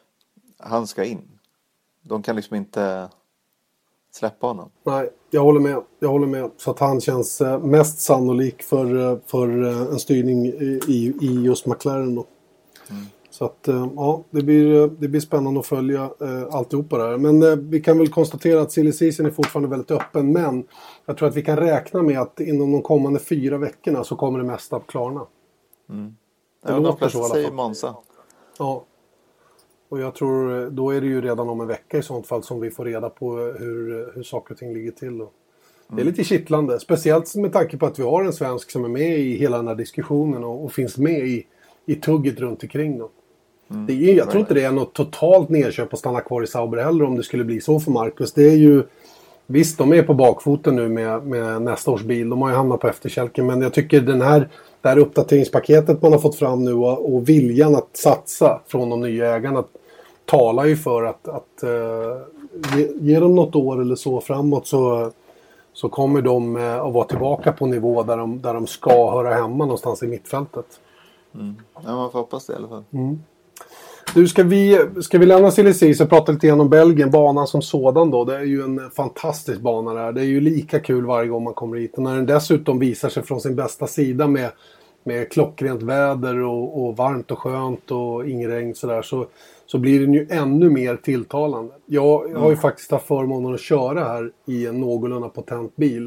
D: Han ska in. De kan liksom inte släppa honom.
C: Nej, jag håller med. Jag håller med. Så att han känns mest sannolik för, för en styrning i, i just McLaren då. Mm. Så att ja, det blir, det blir spännande att följa eh, alltihopa där. Men eh, vi kan väl konstatera att silly season är fortfarande väldigt öppen. Men jag tror att vi kan räkna med att inom de kommande fyra veckorna så kommer det mesta att klarna.
D: Mm. Ja, de flesta säger Monza.
C: Ja. Och jag tror då är det ju redan om en vecka i sånt fall som vi får reda på hur, hur saker och ting ligger till. Och det är lite kittlande. Speciellt med tanke på att vi har en svensk som är med i hela den här diskussionen och, och finns med i, i tugget runt omkring då. Mm, det är, jag tror inte det är något totalt nedköp att stanna kvar i Sauber heller om det skulle bli så för Marcus. Det är ju, visst de är på bakfoten nu med, med nästa års bil. De har ju hamnat på efterkälken. Men jag tycker den här, det här uppdateringspaketet man har fått fram nu och, och viljan att satsa från de nya ägarna talar ju för att, att uh, ge, ge dem något år eller så framåt så, så kommer de uh, att vara tillbaka på nivå där de, där de ska höra hemma någonstans i mittfältet.
D: Mm. Ja, man får hoppas det i alla fall.
C: Mm. Du, ska vi, ska vi lämna silly season och prata lite grann om Belgien, banan som sådan då. Det är ju en fantastisk bana där. Det är ju lika kul varje gång man kommer hit. Och när den dessutom visar sig från sin bästa sida med, med klockrent väder och, och varmt och skönt och ingen regn sådär, så, så blir den ju ännu mer tilltalande. Jag, jag har ju faktiskt haft förmånen att köra här i en någorlunda potent bil.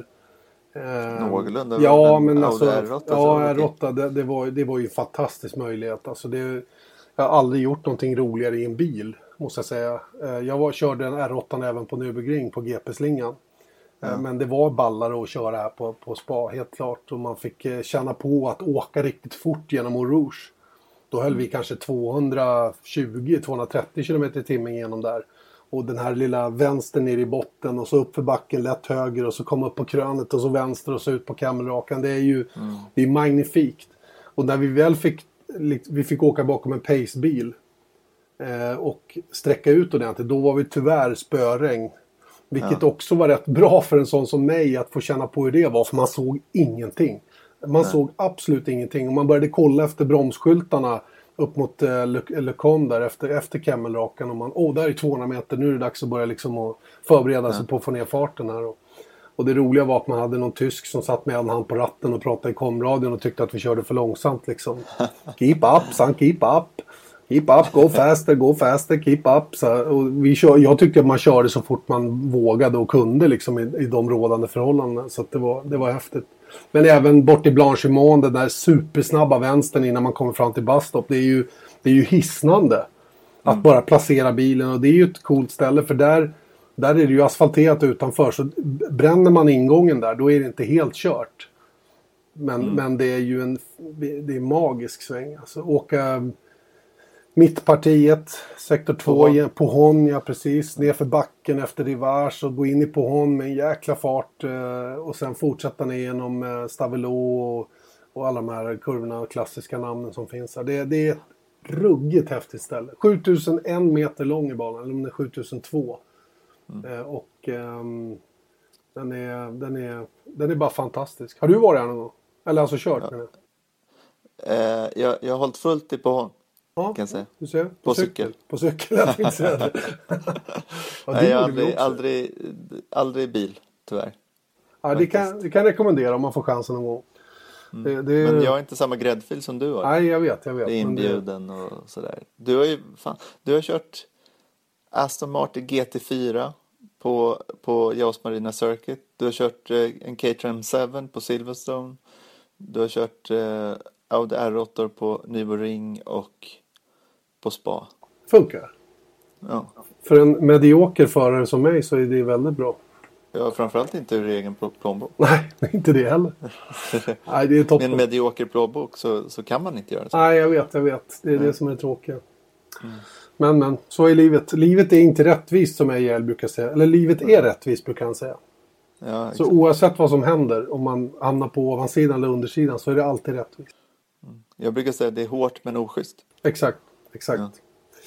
D: Eh, någorlunda?
C: Ja, men alltså...
D: R åtta,
C: ja, R åtta, det, det, var, det var ju en fantastisk möjlighet. Alltså det... Jag har aldrig gjort någonting roligare i en bil, måste jag säga. Jag var, körde en R åtta även på Nürburgring på G P-slingan. Ja. Men det var ballare att köra här på, på Spa, helt klart. Och man fick känna på att åka riktigt fort genom Eau Rouge. Då höll vi kanske tvåhundratjugo till tvåhundratrettio kilometer i timmen genom där. Och den här lilla vänster ner i botten och så upp för backen lätt höger och så komma upp på krönet och så vänster och så ut på kammelrakan. Det är ju mm. det är magnifikt. Och när vi väl fick, vi fick åka bakom en pacebil eh, och sträcka ut ordentligt, då var vi tyvärr spöregn. Vilket ja. också var rätt bra för en sån som mig att få känna på hur det var, för man såg ingenting. Man Nej. såg absolut ingenting och man började kolla efter bromsskyltarna upp mot eh, Le Con där efter, efter Kemmelrakan och man, åh oh, där är tvåhundra meter, nu är det dags att börja liksom att förbereda sig ja. på att få ner farten här. Och, och det roliga var att man hade någon tysk som satt med en hand på ratten och pratade i komradion och tyckte att vi körde för långsamt liksom. Keep up, son, keep up. Keep up, go faster, go faster, keep up. Så, och vi kör, jag tyckte att man körde så fort man vågade och kunde liksom, i, i de rådande förhållandena. Så att det, var, det var häftigt. Men även bort i Blanchimont, den där supersnabba vänstern innan man kommer fram till busstop. Det är ju, det är ju hisnande att mm. bara placera bilen. Och det är ju ett coolt ställe för där, där är det ju asfalterat utanför. Så bränner man ingången där, då är det inte helt kört. Men, mm. men det är ju en det är magisk sväng. Alltså åka... Mittpartiet, sektor två, Pohon, ja precis, nerför backen efter rivage och gå in i Pohon med en jäkla fart eh, och sen fortsätta ner genom eh, Stavelot och, och alla de här kurvorna och klassiska namnen som finns här. Det, det är ett ruggigt häftigt ställe. sjutusen en meter lång i banan, eller om det är sjutusen två. Mm. Eh, och eh, den, är, den, är, den är bara fantastisk. Har du varit här någon gång? Eller alltså kört?
D: Ja. Eh, jag, jag har hållit fullt i Pohon.
C: Ja,
D: kan jag säga.
C: Du ser. På,
D: på
C: cykel.
D: cykel.
C: På cykel, jag tänkte säga det. Ja,
D: Nej, jag har aldrig, aldrig, aldrig bil, tyvärr.
C: Ja, det kan, det kan jag rekommendera om man får chansen någon gång.
D: Mm.
C: Det, det är...
D: Men jag har inte samma gräddfil som du har.
C: Nej, jag vet, jag vet.
D: Det är inbjuden det... och sådär. Du har ju, fan, du har kört Aston Martin G T fyra på, på Jaws Marina Circuit. Du har kört eh, en Caterham sju på Silverstone. Du har kört eh, Audi R åtta på Nürburgring och på Spa.
C: Funkar.
D: Ja.
C: För en medioker förare som mig så är det väldigt bra.
D: Ja, framförallt inte ur egen plånbok.
C: Nej, inte det heller. Nej, det är toppen.
D: Med en medioker plånbok så, så kan man inte göra så.
C: Nej, jag vet, jag vet. Det är
D: Nej.
C: det som är tråkiga.
D: Mm.
C: Men, men, så är livet. Livet är inte rättvist som jag brukar säga. Eller livet är rättvist brukar han säga.
D: Ja,
C: så oavsett vad som händer, om man hamnar på ovansidan eller undersidan, så är det alltid rättvist.
D: Mm. Jag brukar säga att det är hårt men oschysst.
C: Exakt, exakt.
D: Ja.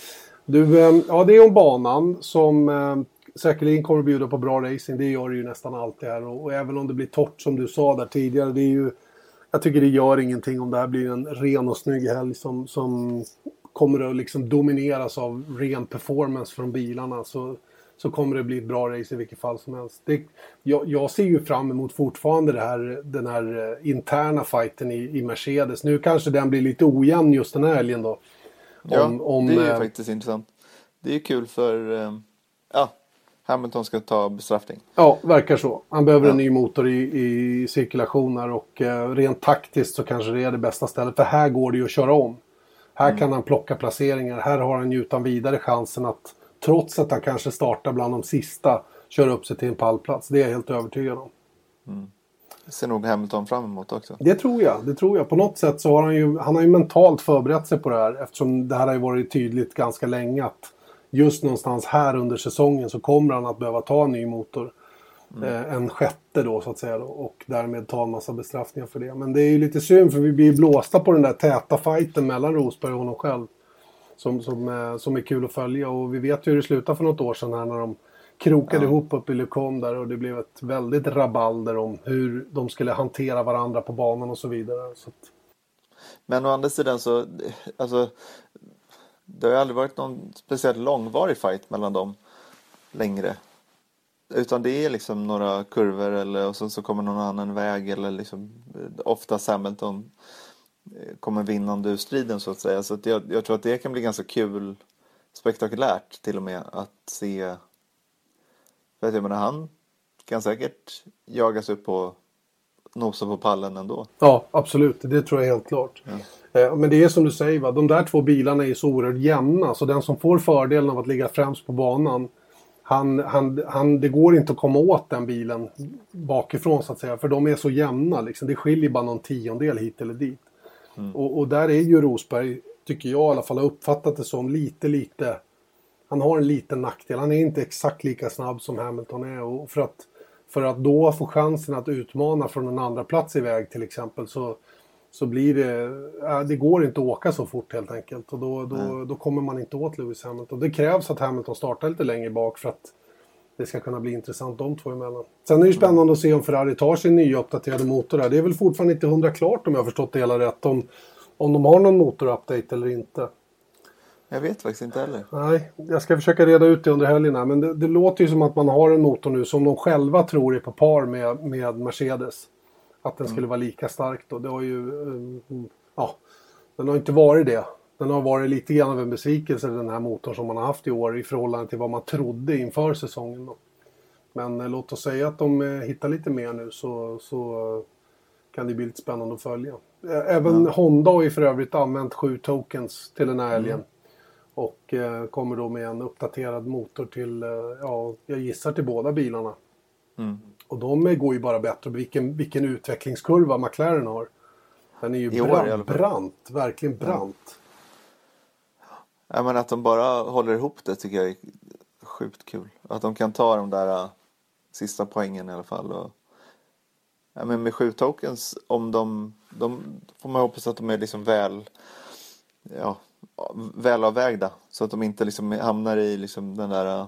C: Du, ja det är om banan som eh, säkerligen kommer att bjuda på bra racing. Det gör det ju nästan alltid här. Och, och även om det blir torrt som du sa där tidigare, det är ju, jag tycker det gör ingenting om det här blir en ren och snygg helg som, som kommer att liksom domineras av ren performance från bilarna. Så, så kommer det bli ett bra race i vilket fall som helst. Det, jag, jag ser ju fram emot fortfarande det här, den här interna fighten i, i Mercedes. Nu kanske den blir lite ojämn just den här helgen då.
D: Ja,
C: om, om,
D: det är ju
C: äh,
D: faktiskt intressant. Det är ju kul för äh, ja, Hamilton ska ta bestraffning.
C: Ja, verkar så. Han behöver
D: ja.
C: en ny motor i, i cirkulationer och äh, rent taktiskt så kanske det är det bästa stället. För här går det ju att köra om. Här mm. kan han plocka placeringar. Här har han ju utan vidare chansen att, trots att han kanske startar bland de sista, köra upp sig till en pallplats. Det är jag helt övertygad om.
D: Mm. Det ser nog Hamilton fram emot också.
C: Det tror jag, det tror jag. På något sätt så har han ju, han har ju mentalt förberett sig på det här. Eftersom det här har ju varit tydligt ganska länge att just någonstans här under säsongen så kommer han att behöva ta en ny motor. Mm. Eh, en sjätte då så att säga. Då, och därmed ta en massa bestraffningar för det. Men det är ju lite synd för vi blir blåsta på den där täta fighten mellan Rosberg och honom själv. Som, som, eh, som är kul att följa. Och vi vet ju hur det slutade för något år sedan här när de krokade ja. ihop upp i Le Con där och det blev ett väldigt rabalder om hur de skulle hantera varandra på banan och så vidare. Så att...
D: Men å andra sidan så, alltså, det har ju aldrig varit någon speciellt långvarig fight mellan dem längre. Utan det är liksom några kurvor eller, och så, så kommer någon annan väg eller liksom, ofta Hamilton kommer vinnande ur striden så att säga. Så att jag, jag tror att det kan bli ganska kul, spektakulärt till och med att se. För jag menar, han kan säkert jagas upp på nosa på pallen ändå.
C: Ja, absolut. Det tror jag helt klart. Ja. Men det är som du säger, va? De där två bilarna är så oerhört jämna. Så den som får fördelen av att ligga främst på banan, han, han, han, det går inte att komma åt den bilen bakifrån så att säga. För de är så jämna. Liksom. Det skiljer bara någon tiondel hit eller dit. Mm. Och, och där är ju Rosberg, tycker jag i alla fall, har uppfattat det som lite, lite... han har en liten nackdel. Han är inte exakt lika snabb som Hamilton är. Och för, att, för att då få chansen att utmana från en andra plats i väg till exempel så, så blir det... Äh, det går inte att åka så fort helt enkelt. Och då, då, då kommer man inte åt Lewis Hamilton. Det krävs att Hamilton startar lite längre bak för att det ska kunna bli intressant de två emellan. Sen är det spännande att se om Ferrari tar sin nya uppdaterade motor där. Det är väl fortfarande inte hundra klart om jag har förstått det hela rätt. Om, om de har någon motorupdate eller inte.
D: Jag vet faktiskt inte heller.
C: Nej, jag ska försöka reda ut det under helgen här. Men det, det låter ju som att man har en motor nu som de själva tror är på par med, med Mercedes. Att den skulle vara lika stark då. Det har ju... Um, ja, den har inte varit det. Den har varit lite grann av en besvikelse den här motorn som man har haft i år i förhållande till vad man trodde inför säsongen då. Men eh, låt oss säga att de eh, hittar lite mer nu så, så eh, kan det bli lite spännande att följa. Eh, även ja. Honda har ju för övrigt använt sju tokens till den här helgen. Mm. Och eh, kommer då med en uppdaterad motor till, eh, ja, jag gissar till båda bilarna. Mm. Och de eh, går ju bara bättre. Vilken, vilken utvecklingskurva McLaren har. Den är ju
D: I
C: brant,
D: år,
C: brant, verkligen brant.
D: Ja. Ja, men att de bara håller ihop det tycker jag är sjukt kul. Att de kan ta de där uh, sista poängen i alla fall. Och, ja, men med sju tokens, om de, de får man hoppas att de är liksom väl, ja, välavvägda. Så att de inte liksom hamnar i liksom den där, uh,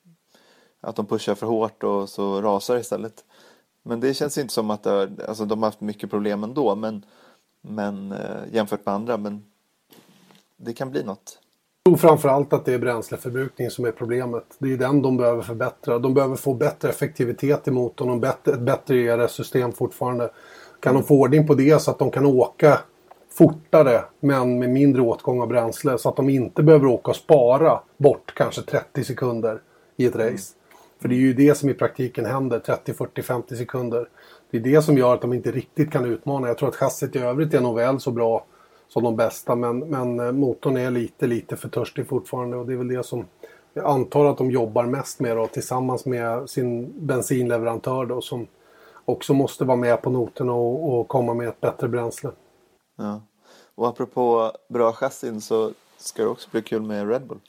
D: att de pushar för hårt och så rasar istället. Men det känns inte som att det, alltså, de har haft mycket problem ändå. Men, men uh, jämfört med andra. Men det kan bli något.
C: Jag tror framförallt att det är bränsleförbrukning som är problemet. Det är den de behöver förbättra. De behöver få bättre effektivitet i motorn och bättre, ett bättre E R S-system fortfarande. Kan de få ordning på det så att de kan åka fortare men med mindre åtgång av bränsle så att de inte behöver åka och spara bort kanske trettio sekunder i ett race. Mm. För det är ju det som i praktiken händer, trettio, fyrtio, femtio sekunder. Det är det som gör att de inte riktigt kan utmana. Jag tror att chassit i övrigt är nog väl så bra som de bästa, men, men motorn är lite, lite för törstig fortfarande och det är väl det som jag antar att de jobbar mest med då, tillsammans med sin bensinleverantör då, som också måste vara med på noterna och, och komma med ett bättre bränsle.
D: Ja, och apropå bra chassin så ska det också bli kul med Red Bull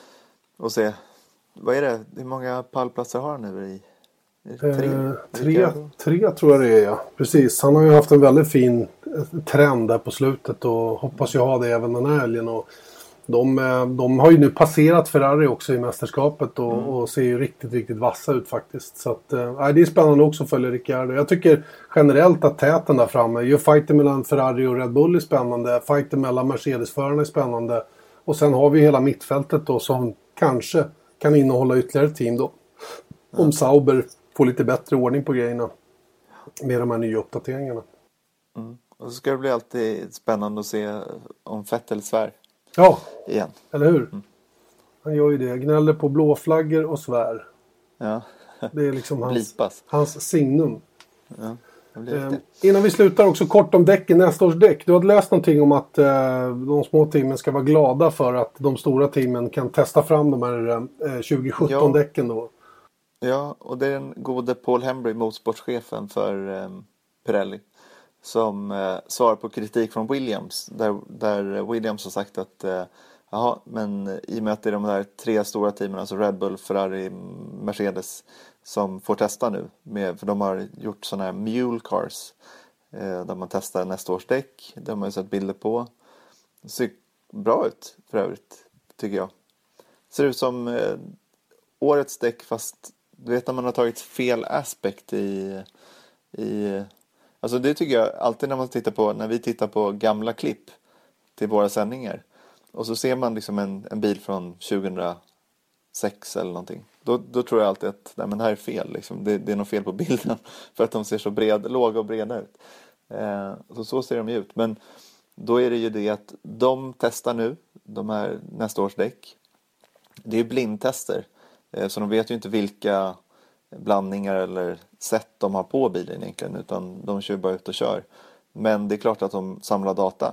D: och se, vad är det, hur många pallplatser har han nu i? Tre?
C: Eh, tre, tre tror jag det är, ja. Precis. Han har ju haft en väldigt fin trend där på slutet och hoppas ju ha det även den här helgen. Och de, de har ju nu passerat Ferrari också i mästerskapet och, mm. och ser ju riktigt, riktigt vassa ut faktiskt. Så att, äh, det är spännande också att följa Ricciardo. Jag tycker generellt att täten där framme, ju fighten mellan Ferrari och Red Bull är spännande, fighten mellan Mercedes-förarna är spännande. Och sen har vi hela mittfältet då som kanske kan innehålla ytterligare team då. Mm. Om Sauber få lite bättre ordning på grejerna med de här nya uppdateringarna.
D: Mm. Och så ska det bli alltid spännande att se om Vettel svär.
C: Ja,
D: igen.
C: Eller hur?
D: Mm.
C: Han gör ju det. Gnäller på blåflaggor och svär.
D: Ja.
C: Det är liksom hans,
D: Blipas.
C: hans signum.
D: Ja, det blir
C: eh, innan vi slutar också kort om däcken, nästa års däck. Du hade läst någonting om att eh, de små teamen ska vara glada för att de stora teamen kan testa fram de här eh, tjugo sjutton-däcken då.
D: Ja, och det är den gode Paul Hembry, motorsportschefen för eh, Pirelli, som eh, svarar på kritik från Williams. Där, där Williams har sagt att eh, jaha, men i och med att det är de där tre stora teamen, alltså Red Bull, Ferrari, Mercedes, som får testa nu. Med, för de har gjort sådana här mule cars eh, där man testar nästa års däck. Det har man ju sett bilder på. Det ser bra ut för övrigt, tycker jag. Det ser ut som eh, årets däck, fast du vet när man har tagit fel aspekt i, i... Alltså det tycker jag alltid när man tittar på, när vi tittar på gamla klipp till våra sändningar. Och så ser man liksom en, en bil från tjugohundrasex eller någonting. Då, då tror jag alltid att nej, men det här är fel. Liksom. Det, det är något fel på bilden. För att de ser så bred, låga och breda ut. Eh, så, så ser de ju ut. Men då är det ju det att de testar nu, de här nästa års däck. Det är ju blindtester. Eh, så de vet ju inte vilka blandningar eller sätt de har på bilen egentligen. Utan de kör bara ut och kör. Men det är klart att de samlar data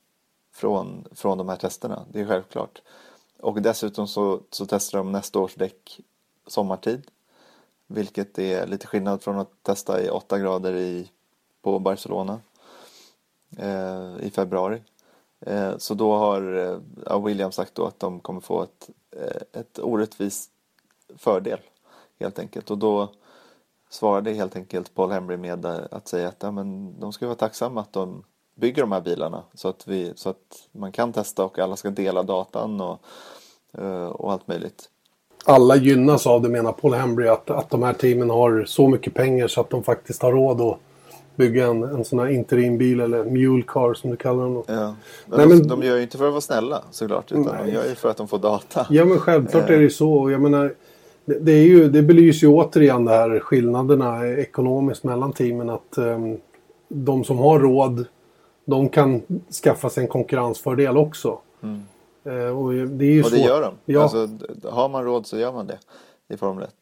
D: från, från de här testerna. Det är självklart. Och dessutom så, så testar de nästa års däck sommartid. Vilket är lite skillnad från att testa i åtta grader i, på Barcelona eh, i februari. Eh, så då har eh, ja, Williams sagt då att de kommer få ett, eh, ett orättvis fördel helt enkelt. Och då svarade helt enkelt Paul Hembury med att säga att ja, men de ska vara tacksamma att de bygger de här bilarna så att, vi, så att man kan testa och alla ska dela datan och, och allt möjligt.
C: Alla gynnas av det, menar Paul Hembury, att, att de här teamen har så mycket pengar så att de faktiskt har råd att bygga en, en sån här interimbil eller mule car som du kallar dem.
D: Ja. Men
C: Nej,
D: de,
C: men,
D: de gör ju inte för att vara snälla såklart, utan
C: nej.
D: de gör ju för att de får data.
C: Ja, men självklart är det så. Och jag menar, det, det, är ju, det belyser ju återigen det här skillnaderna ekonomiskt mellan teamen, att um, de som har råd, de kan skaffa sig en konkurrensfördel också. Mm. Uh, och det är ju
D: och det
C: svårt.
D: gör de.
C: Ja.
D: Alltså, har man råd så gör man det i Formel ett.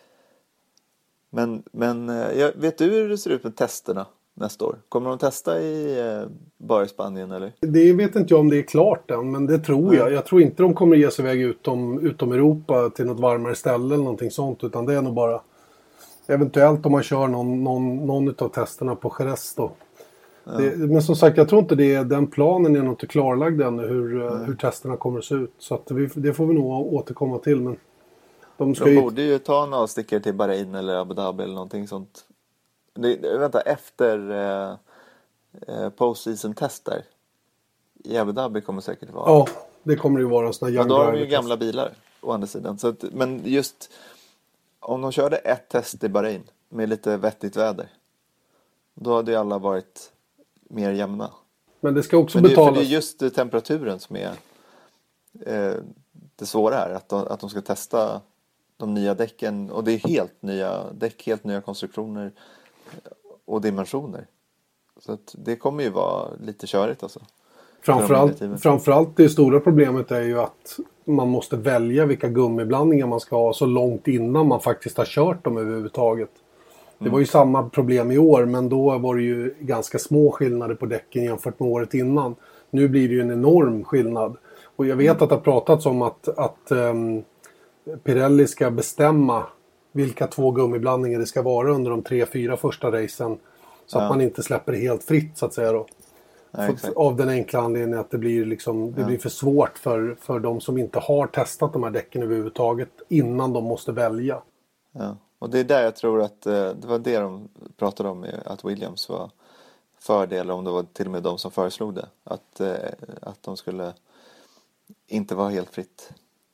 D: Men, men jag vet du hur det ser ut med testerna nästa år? Kommer de testa i eh, bara i Spanien eller?
C: Det vet inte jag om det är klart än, men det tror
D: Nej.
C: jag. Jag tror inte de kommer ge sig iväg utom, utom Europa till något varmare ställe eller någonting sånt, utan det är nog bara eventuellt om man kör någon, någon, någon av testerna på Jerez då.
D: Ja.
C: Det, men som sagt, jag tror inte det är, den planen är nog inte klarlagd ännu hur, mm. hur testerna kommer att se ut. Så att vi, det får vi nog återkomma till. Men de ska
D: de
C: ju...
D: borde ju ta en avstickare till Bahrain eller Abu Dhabi eller någonting sånt. Det, vänta, efter eh, eh, post-season test där i Abu Dhabi kommer säkert vara.
C: Ja, det kommer ju vara en sån här
D: Men
C: young
D: då har de ju
C: driver
D: gamla bilar å andra sidan. Så att, men just om de körde ett test i Bahrain med lite vettigt väder, då hade ju alla varit mer jämna.
C: Men det ska också
D: men det,
C: betalas.
D: för det är just temperaturen som är eh, det svåra här. Att de, att de ska testa de nya däcken. Och det är helt nya däck, helt nya konstruktioner och dimensioner. Så att det kommer ju vara lite körigt alltså.
C: Framförallt, framförallt det stora problemet är ju att man måste välja vilka gummiblandningar man ska ha så långt innan man faktiskt har kört dem överhuvudtaget. Det var ju samma problem i år, men då var det ju ganska små skillnader på däcken jämfört med året innan. Nu blir det ju en enorm skillnad. Och jag vet att det har pratats om att, att um, Pirelli ska bestämma vilka två gummiblandningar det ska vara under de tre, fyra första racen. Så ja. Att man inte släpper det helt fritt så att säga då.
D: Ja,
C: för, av den enkla anledningen att det blir, liksom, det
D: ja.
C: blir för svårt för, för de som inte har testat de här däcken överhuvudtaget innan de måste välja.
D: Ja. Och det är där jag tror att eh, det var det de pratade om, att Williams var fördel, om det var till och med de som föreslog det. Att, eh, att de skulle inte vara helt fritt.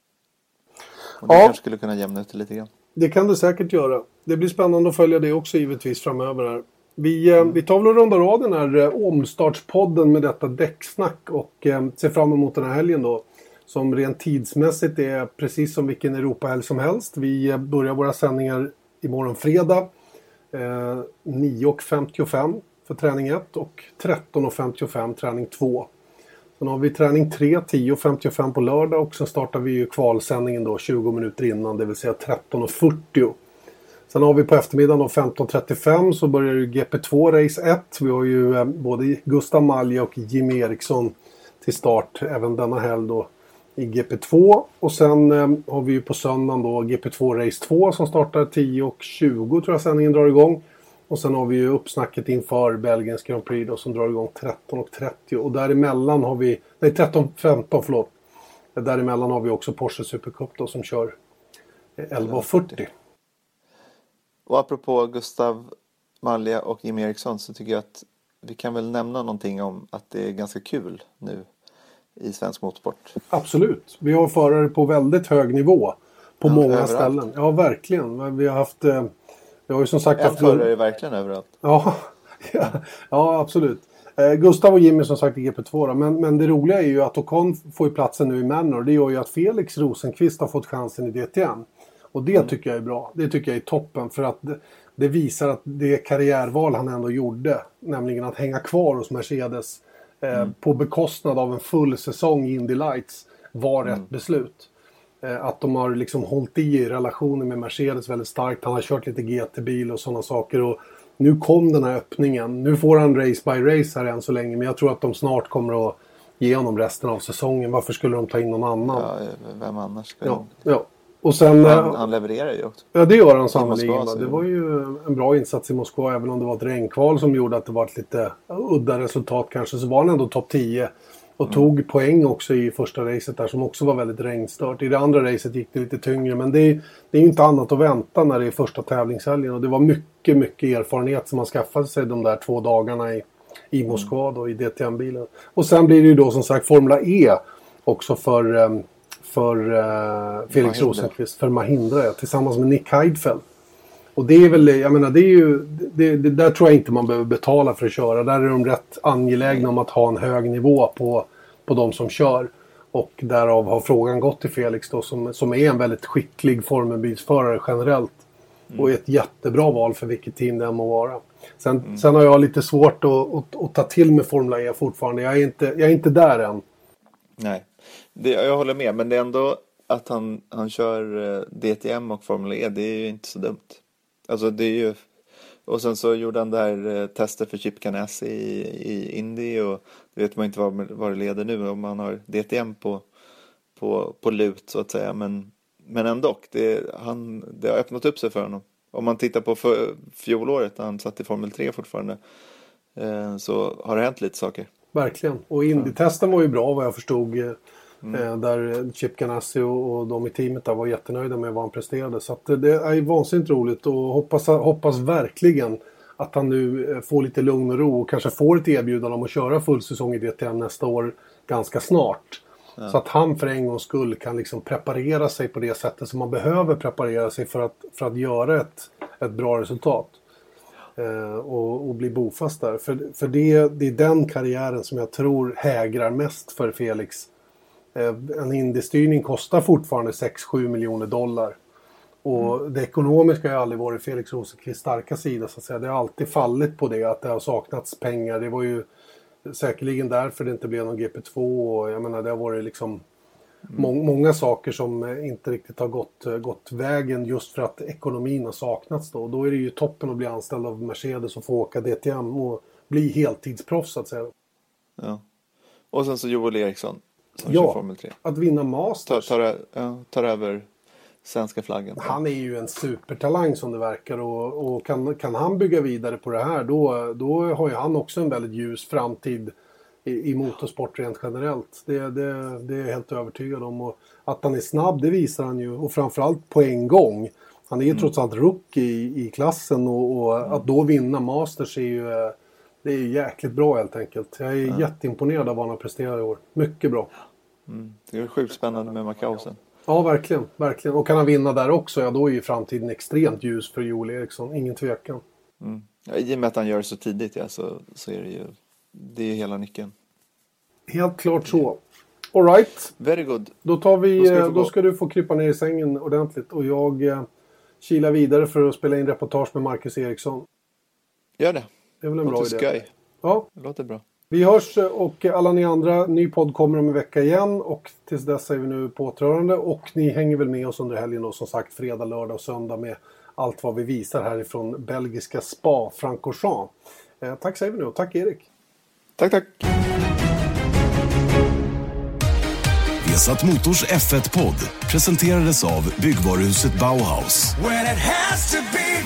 D: Och det
C: ja.
D: kanske skulle kunna jämna ut det lite grann.
C: Det kan det säkert göra. Det blir spännande att följa det också givetvis framöver här. Vi, eh, vi tar väl och rundar av den här eh, omstartspodden med detta däcksnack och eh, ser fram emot den här helgen då. Som rent tidsmässigt är precis som vilken Europahelg som helst. Vi börjar våra sändningar imorgon fredag. Eh, nio femtiofem för träning ett och tretton femtiofem träning två. Sen har vi träning tre, tio femtiofem på lördag och sen startar vi ju kvalsändningen då tjugo minuter innan, det vill säga tretton fyrtio. Sen har vi på eftermiddagen då femton trettiofem så börjar ju G P två race ett. Vi har ju eh, både Gustav Malja och Jimmy Eriksson till start även denna helg då i G P två. Och sen eh, har vi ju på söndagen då G P två race två som startar tio tjugo tror jag sändningen drar igång. Och sen har vi ju uppsnacket inför Belgiens Grand Prix då, som drar igång tretton trettio. Och däremellan har vi, nej tretton femton förlåt. Däremellan har vi också Porsche Supercup då som kör elva fyrtio.
D: Och apropå Gustav Malja och Jimmy Eriksson så tycker jag att vi kan väl nämna någonting om att det är ganska kul nu i svensk motorsport.
C: Absolut. Vi har förare på väldigt hög nivå på
D: ja,
C: många
D: överallt.
C: ställen. Ja, verkligen. Vi har haft... Eh, vi har ju som sagt
D: en
C: haft...
D: förare är verkligen överallt.
C: Ja, ja, ja absolut. Eh, Gustav och Jimmy som sagt i G P två då. Men, men det roliga är ju att Ocon får ju platsen nu i Manor. Det gör ju att Felix Rosenqvist har fått chansen i D T M. Och det mm. tycker jag är bra. Det tycker jag är toppen. För att det, det visar att det karriärval han ändå gjorde. Nämligen att hänga kvar hos Mercedes. Eh, mm. På bekostnad av en full säsong i Indy Lights. Var rätt mm. beslut. Eh, att de har liksom hållit i relationen med Mercedes väldigt starkt. Han har kört lite G T-bil och sådana saker. Och nu kom den här öppningen. Nu får han race by race här än så länge. Men jag tror att de snart kommer att ge honom resten av säsongen. Varför skulle de ta in någon annan?
D: Ja, vem annars ska
C: ja, ja. Och sen,
D: han, han levererar ju också.
C: Ja, det gör han sannoliken.
D: Moskva,
C: det var ju en bra insats i Moskva. Även om det var ett regnkval som gjorde att det var ett lite udda resultat kanske. Så var han ändå topp tio. Och mm. tog poäng också i första racet där som också var väldigt regnstört. I det andra racet gick det lite tyngre. Men det är, det är inte annat att vänta när det är första tävlingshelgen. Och det var mycket, mycket erfarenhet som man skaffade sig de där två dagarna i, i Moskva då, i D T M-bilen. Och sen blir det ju då som sagt Formula E också för, för uh, Felix Mahindra. Rosenqvist. För Mahindra, ja, tillsammans med Nick Heidfeld. Och det är väl, jag menar, det är ju, det, det, där tror jag inte man behöver betala för att köra. Där är de rätt angelägna om att ha en hög nivå på, på de som kör. Och därav har frågan gått till Felix då, som, som är en väldigt skicklig formelbilsförare generellt. Mm. Och ett jättebra val för vilket team det må vara. Sen, mm. sen har jag lite svårt att, att, att ta till med Formula E fortfarande. Jag är inte, jag är inte där än.
D: Nej, det, jag håller med. Men det är ändå att han, han kör D T M och Formula E, det är ju inte så dumt. Alltså det är ju, och sen så gjorde han där tester för Chip Ganassi i, i Indy, och det vet man inte vad, vad det leder nu om man har D T M på, på, på lut så att säga, men, men ändå, det, han, det har öppnat upp sig för honom. Om man tittar på för, fjolåret när han satt i Formel tre fortfarande, eh, så har det hänt lite saker.
C: Verkligen, och Indy-testen var ju bra vad jag förstod. Mm. Där Chip Ganassi och, och de i teamet där var jättenöjda med vad han presterade. Så att det är vansinnigt roligt, och hoppas, hoppas verkligen att han nu får lite lugn och ro och kanske får ett erbjudande om att köra full säsong i D T M nästa år ganska snart. Ja. Så att han för en gångs skull kan liksom preparera sig på det sättet som man behöver preparera sig för att, för att göra ett, ett bra resultat. Eh, och, och bli bofast där. För, för det, det är den karriären som jag tror hägrar mest för Felix. En Indy-styrning kostar fortfarande sex sju miljoner dollar. Och mm. det ekonomiska har aldrig varit Felix Rosenqvists starka sida så att säga. Det har alltid fallit på det, att det har saknats pengar. Det var ju säkerligen därför det inte blev någon G P två. Och jag menar, det har varit liksom mm. må- många saker som inte riktigt har gått, gått vägen just för att ekonomin har saknats då. Och då är det ju toppen att bli anställd av Mercedes och få åka D T M och bli heltidsproffs så att säga.
D: Ja. Och sen så Joel Eriksson.
C: Ja, att vinna Masters.
D: Tar, tar, ja, tar över svenska flaggan.
C: Han är ju en supertalang som det verkar. Och, och kan, kan han bygga vidare på det här, då, då har ju han också en väldigt ljus framtid i, i motorsport rent generellt. Det, det, det är jag helt övertygad om. Och att han är snabb, det visar han ju. Och framförallt på en gång. Han är ju mm. trots allt rookie i, i klassen. Och, och mm. att då vinna Masters är ju... Det är ju jäkligt bra helt enkelt. Jag är ja. jätteimponerad av vad han har presterat i år. Mycket bra.
D: Mm. Det är sjukt spännande med Macau sen.
C: Ja, verkligen, verkligen. Och kan han vinna där också, ja då är ju framtiden extremt ljus för Joel Eriksson. Ingen tvekan.
D: Mm. Ja, i och med att han gör det så tidigt, ja, så, så är det ju det är hela nyckeln.
C: Helt klart så. All right.
D: Very good.
C: Då, tar vi, då, ska, då ska du få krypa ner i sängen ordentligt. Och jag eh, kilar vidare för att spela in reportage med Marcus Eriksson.
D: Gör det.
C: Det är väl en bra idé.
D: Sky.
C: Ja.
D: Det låter bra.
C: Vi hörs, och alla ni andra, ny podd kommer om en vecka igen. Och tills dess är vi nu påtrörande. Och ni hänger väl med oss under helgen då, som sagt, fredag, lördag och söndag med allt vad vi visar härifrån belgiska Spa Francorchamps. Eh, tack säger vi nu, och tack Erik.
D: Tack, tack.
A: Vesat Motors F ett-podd presenterades av byggvaruhuset Bauhaus.
B: When it has to be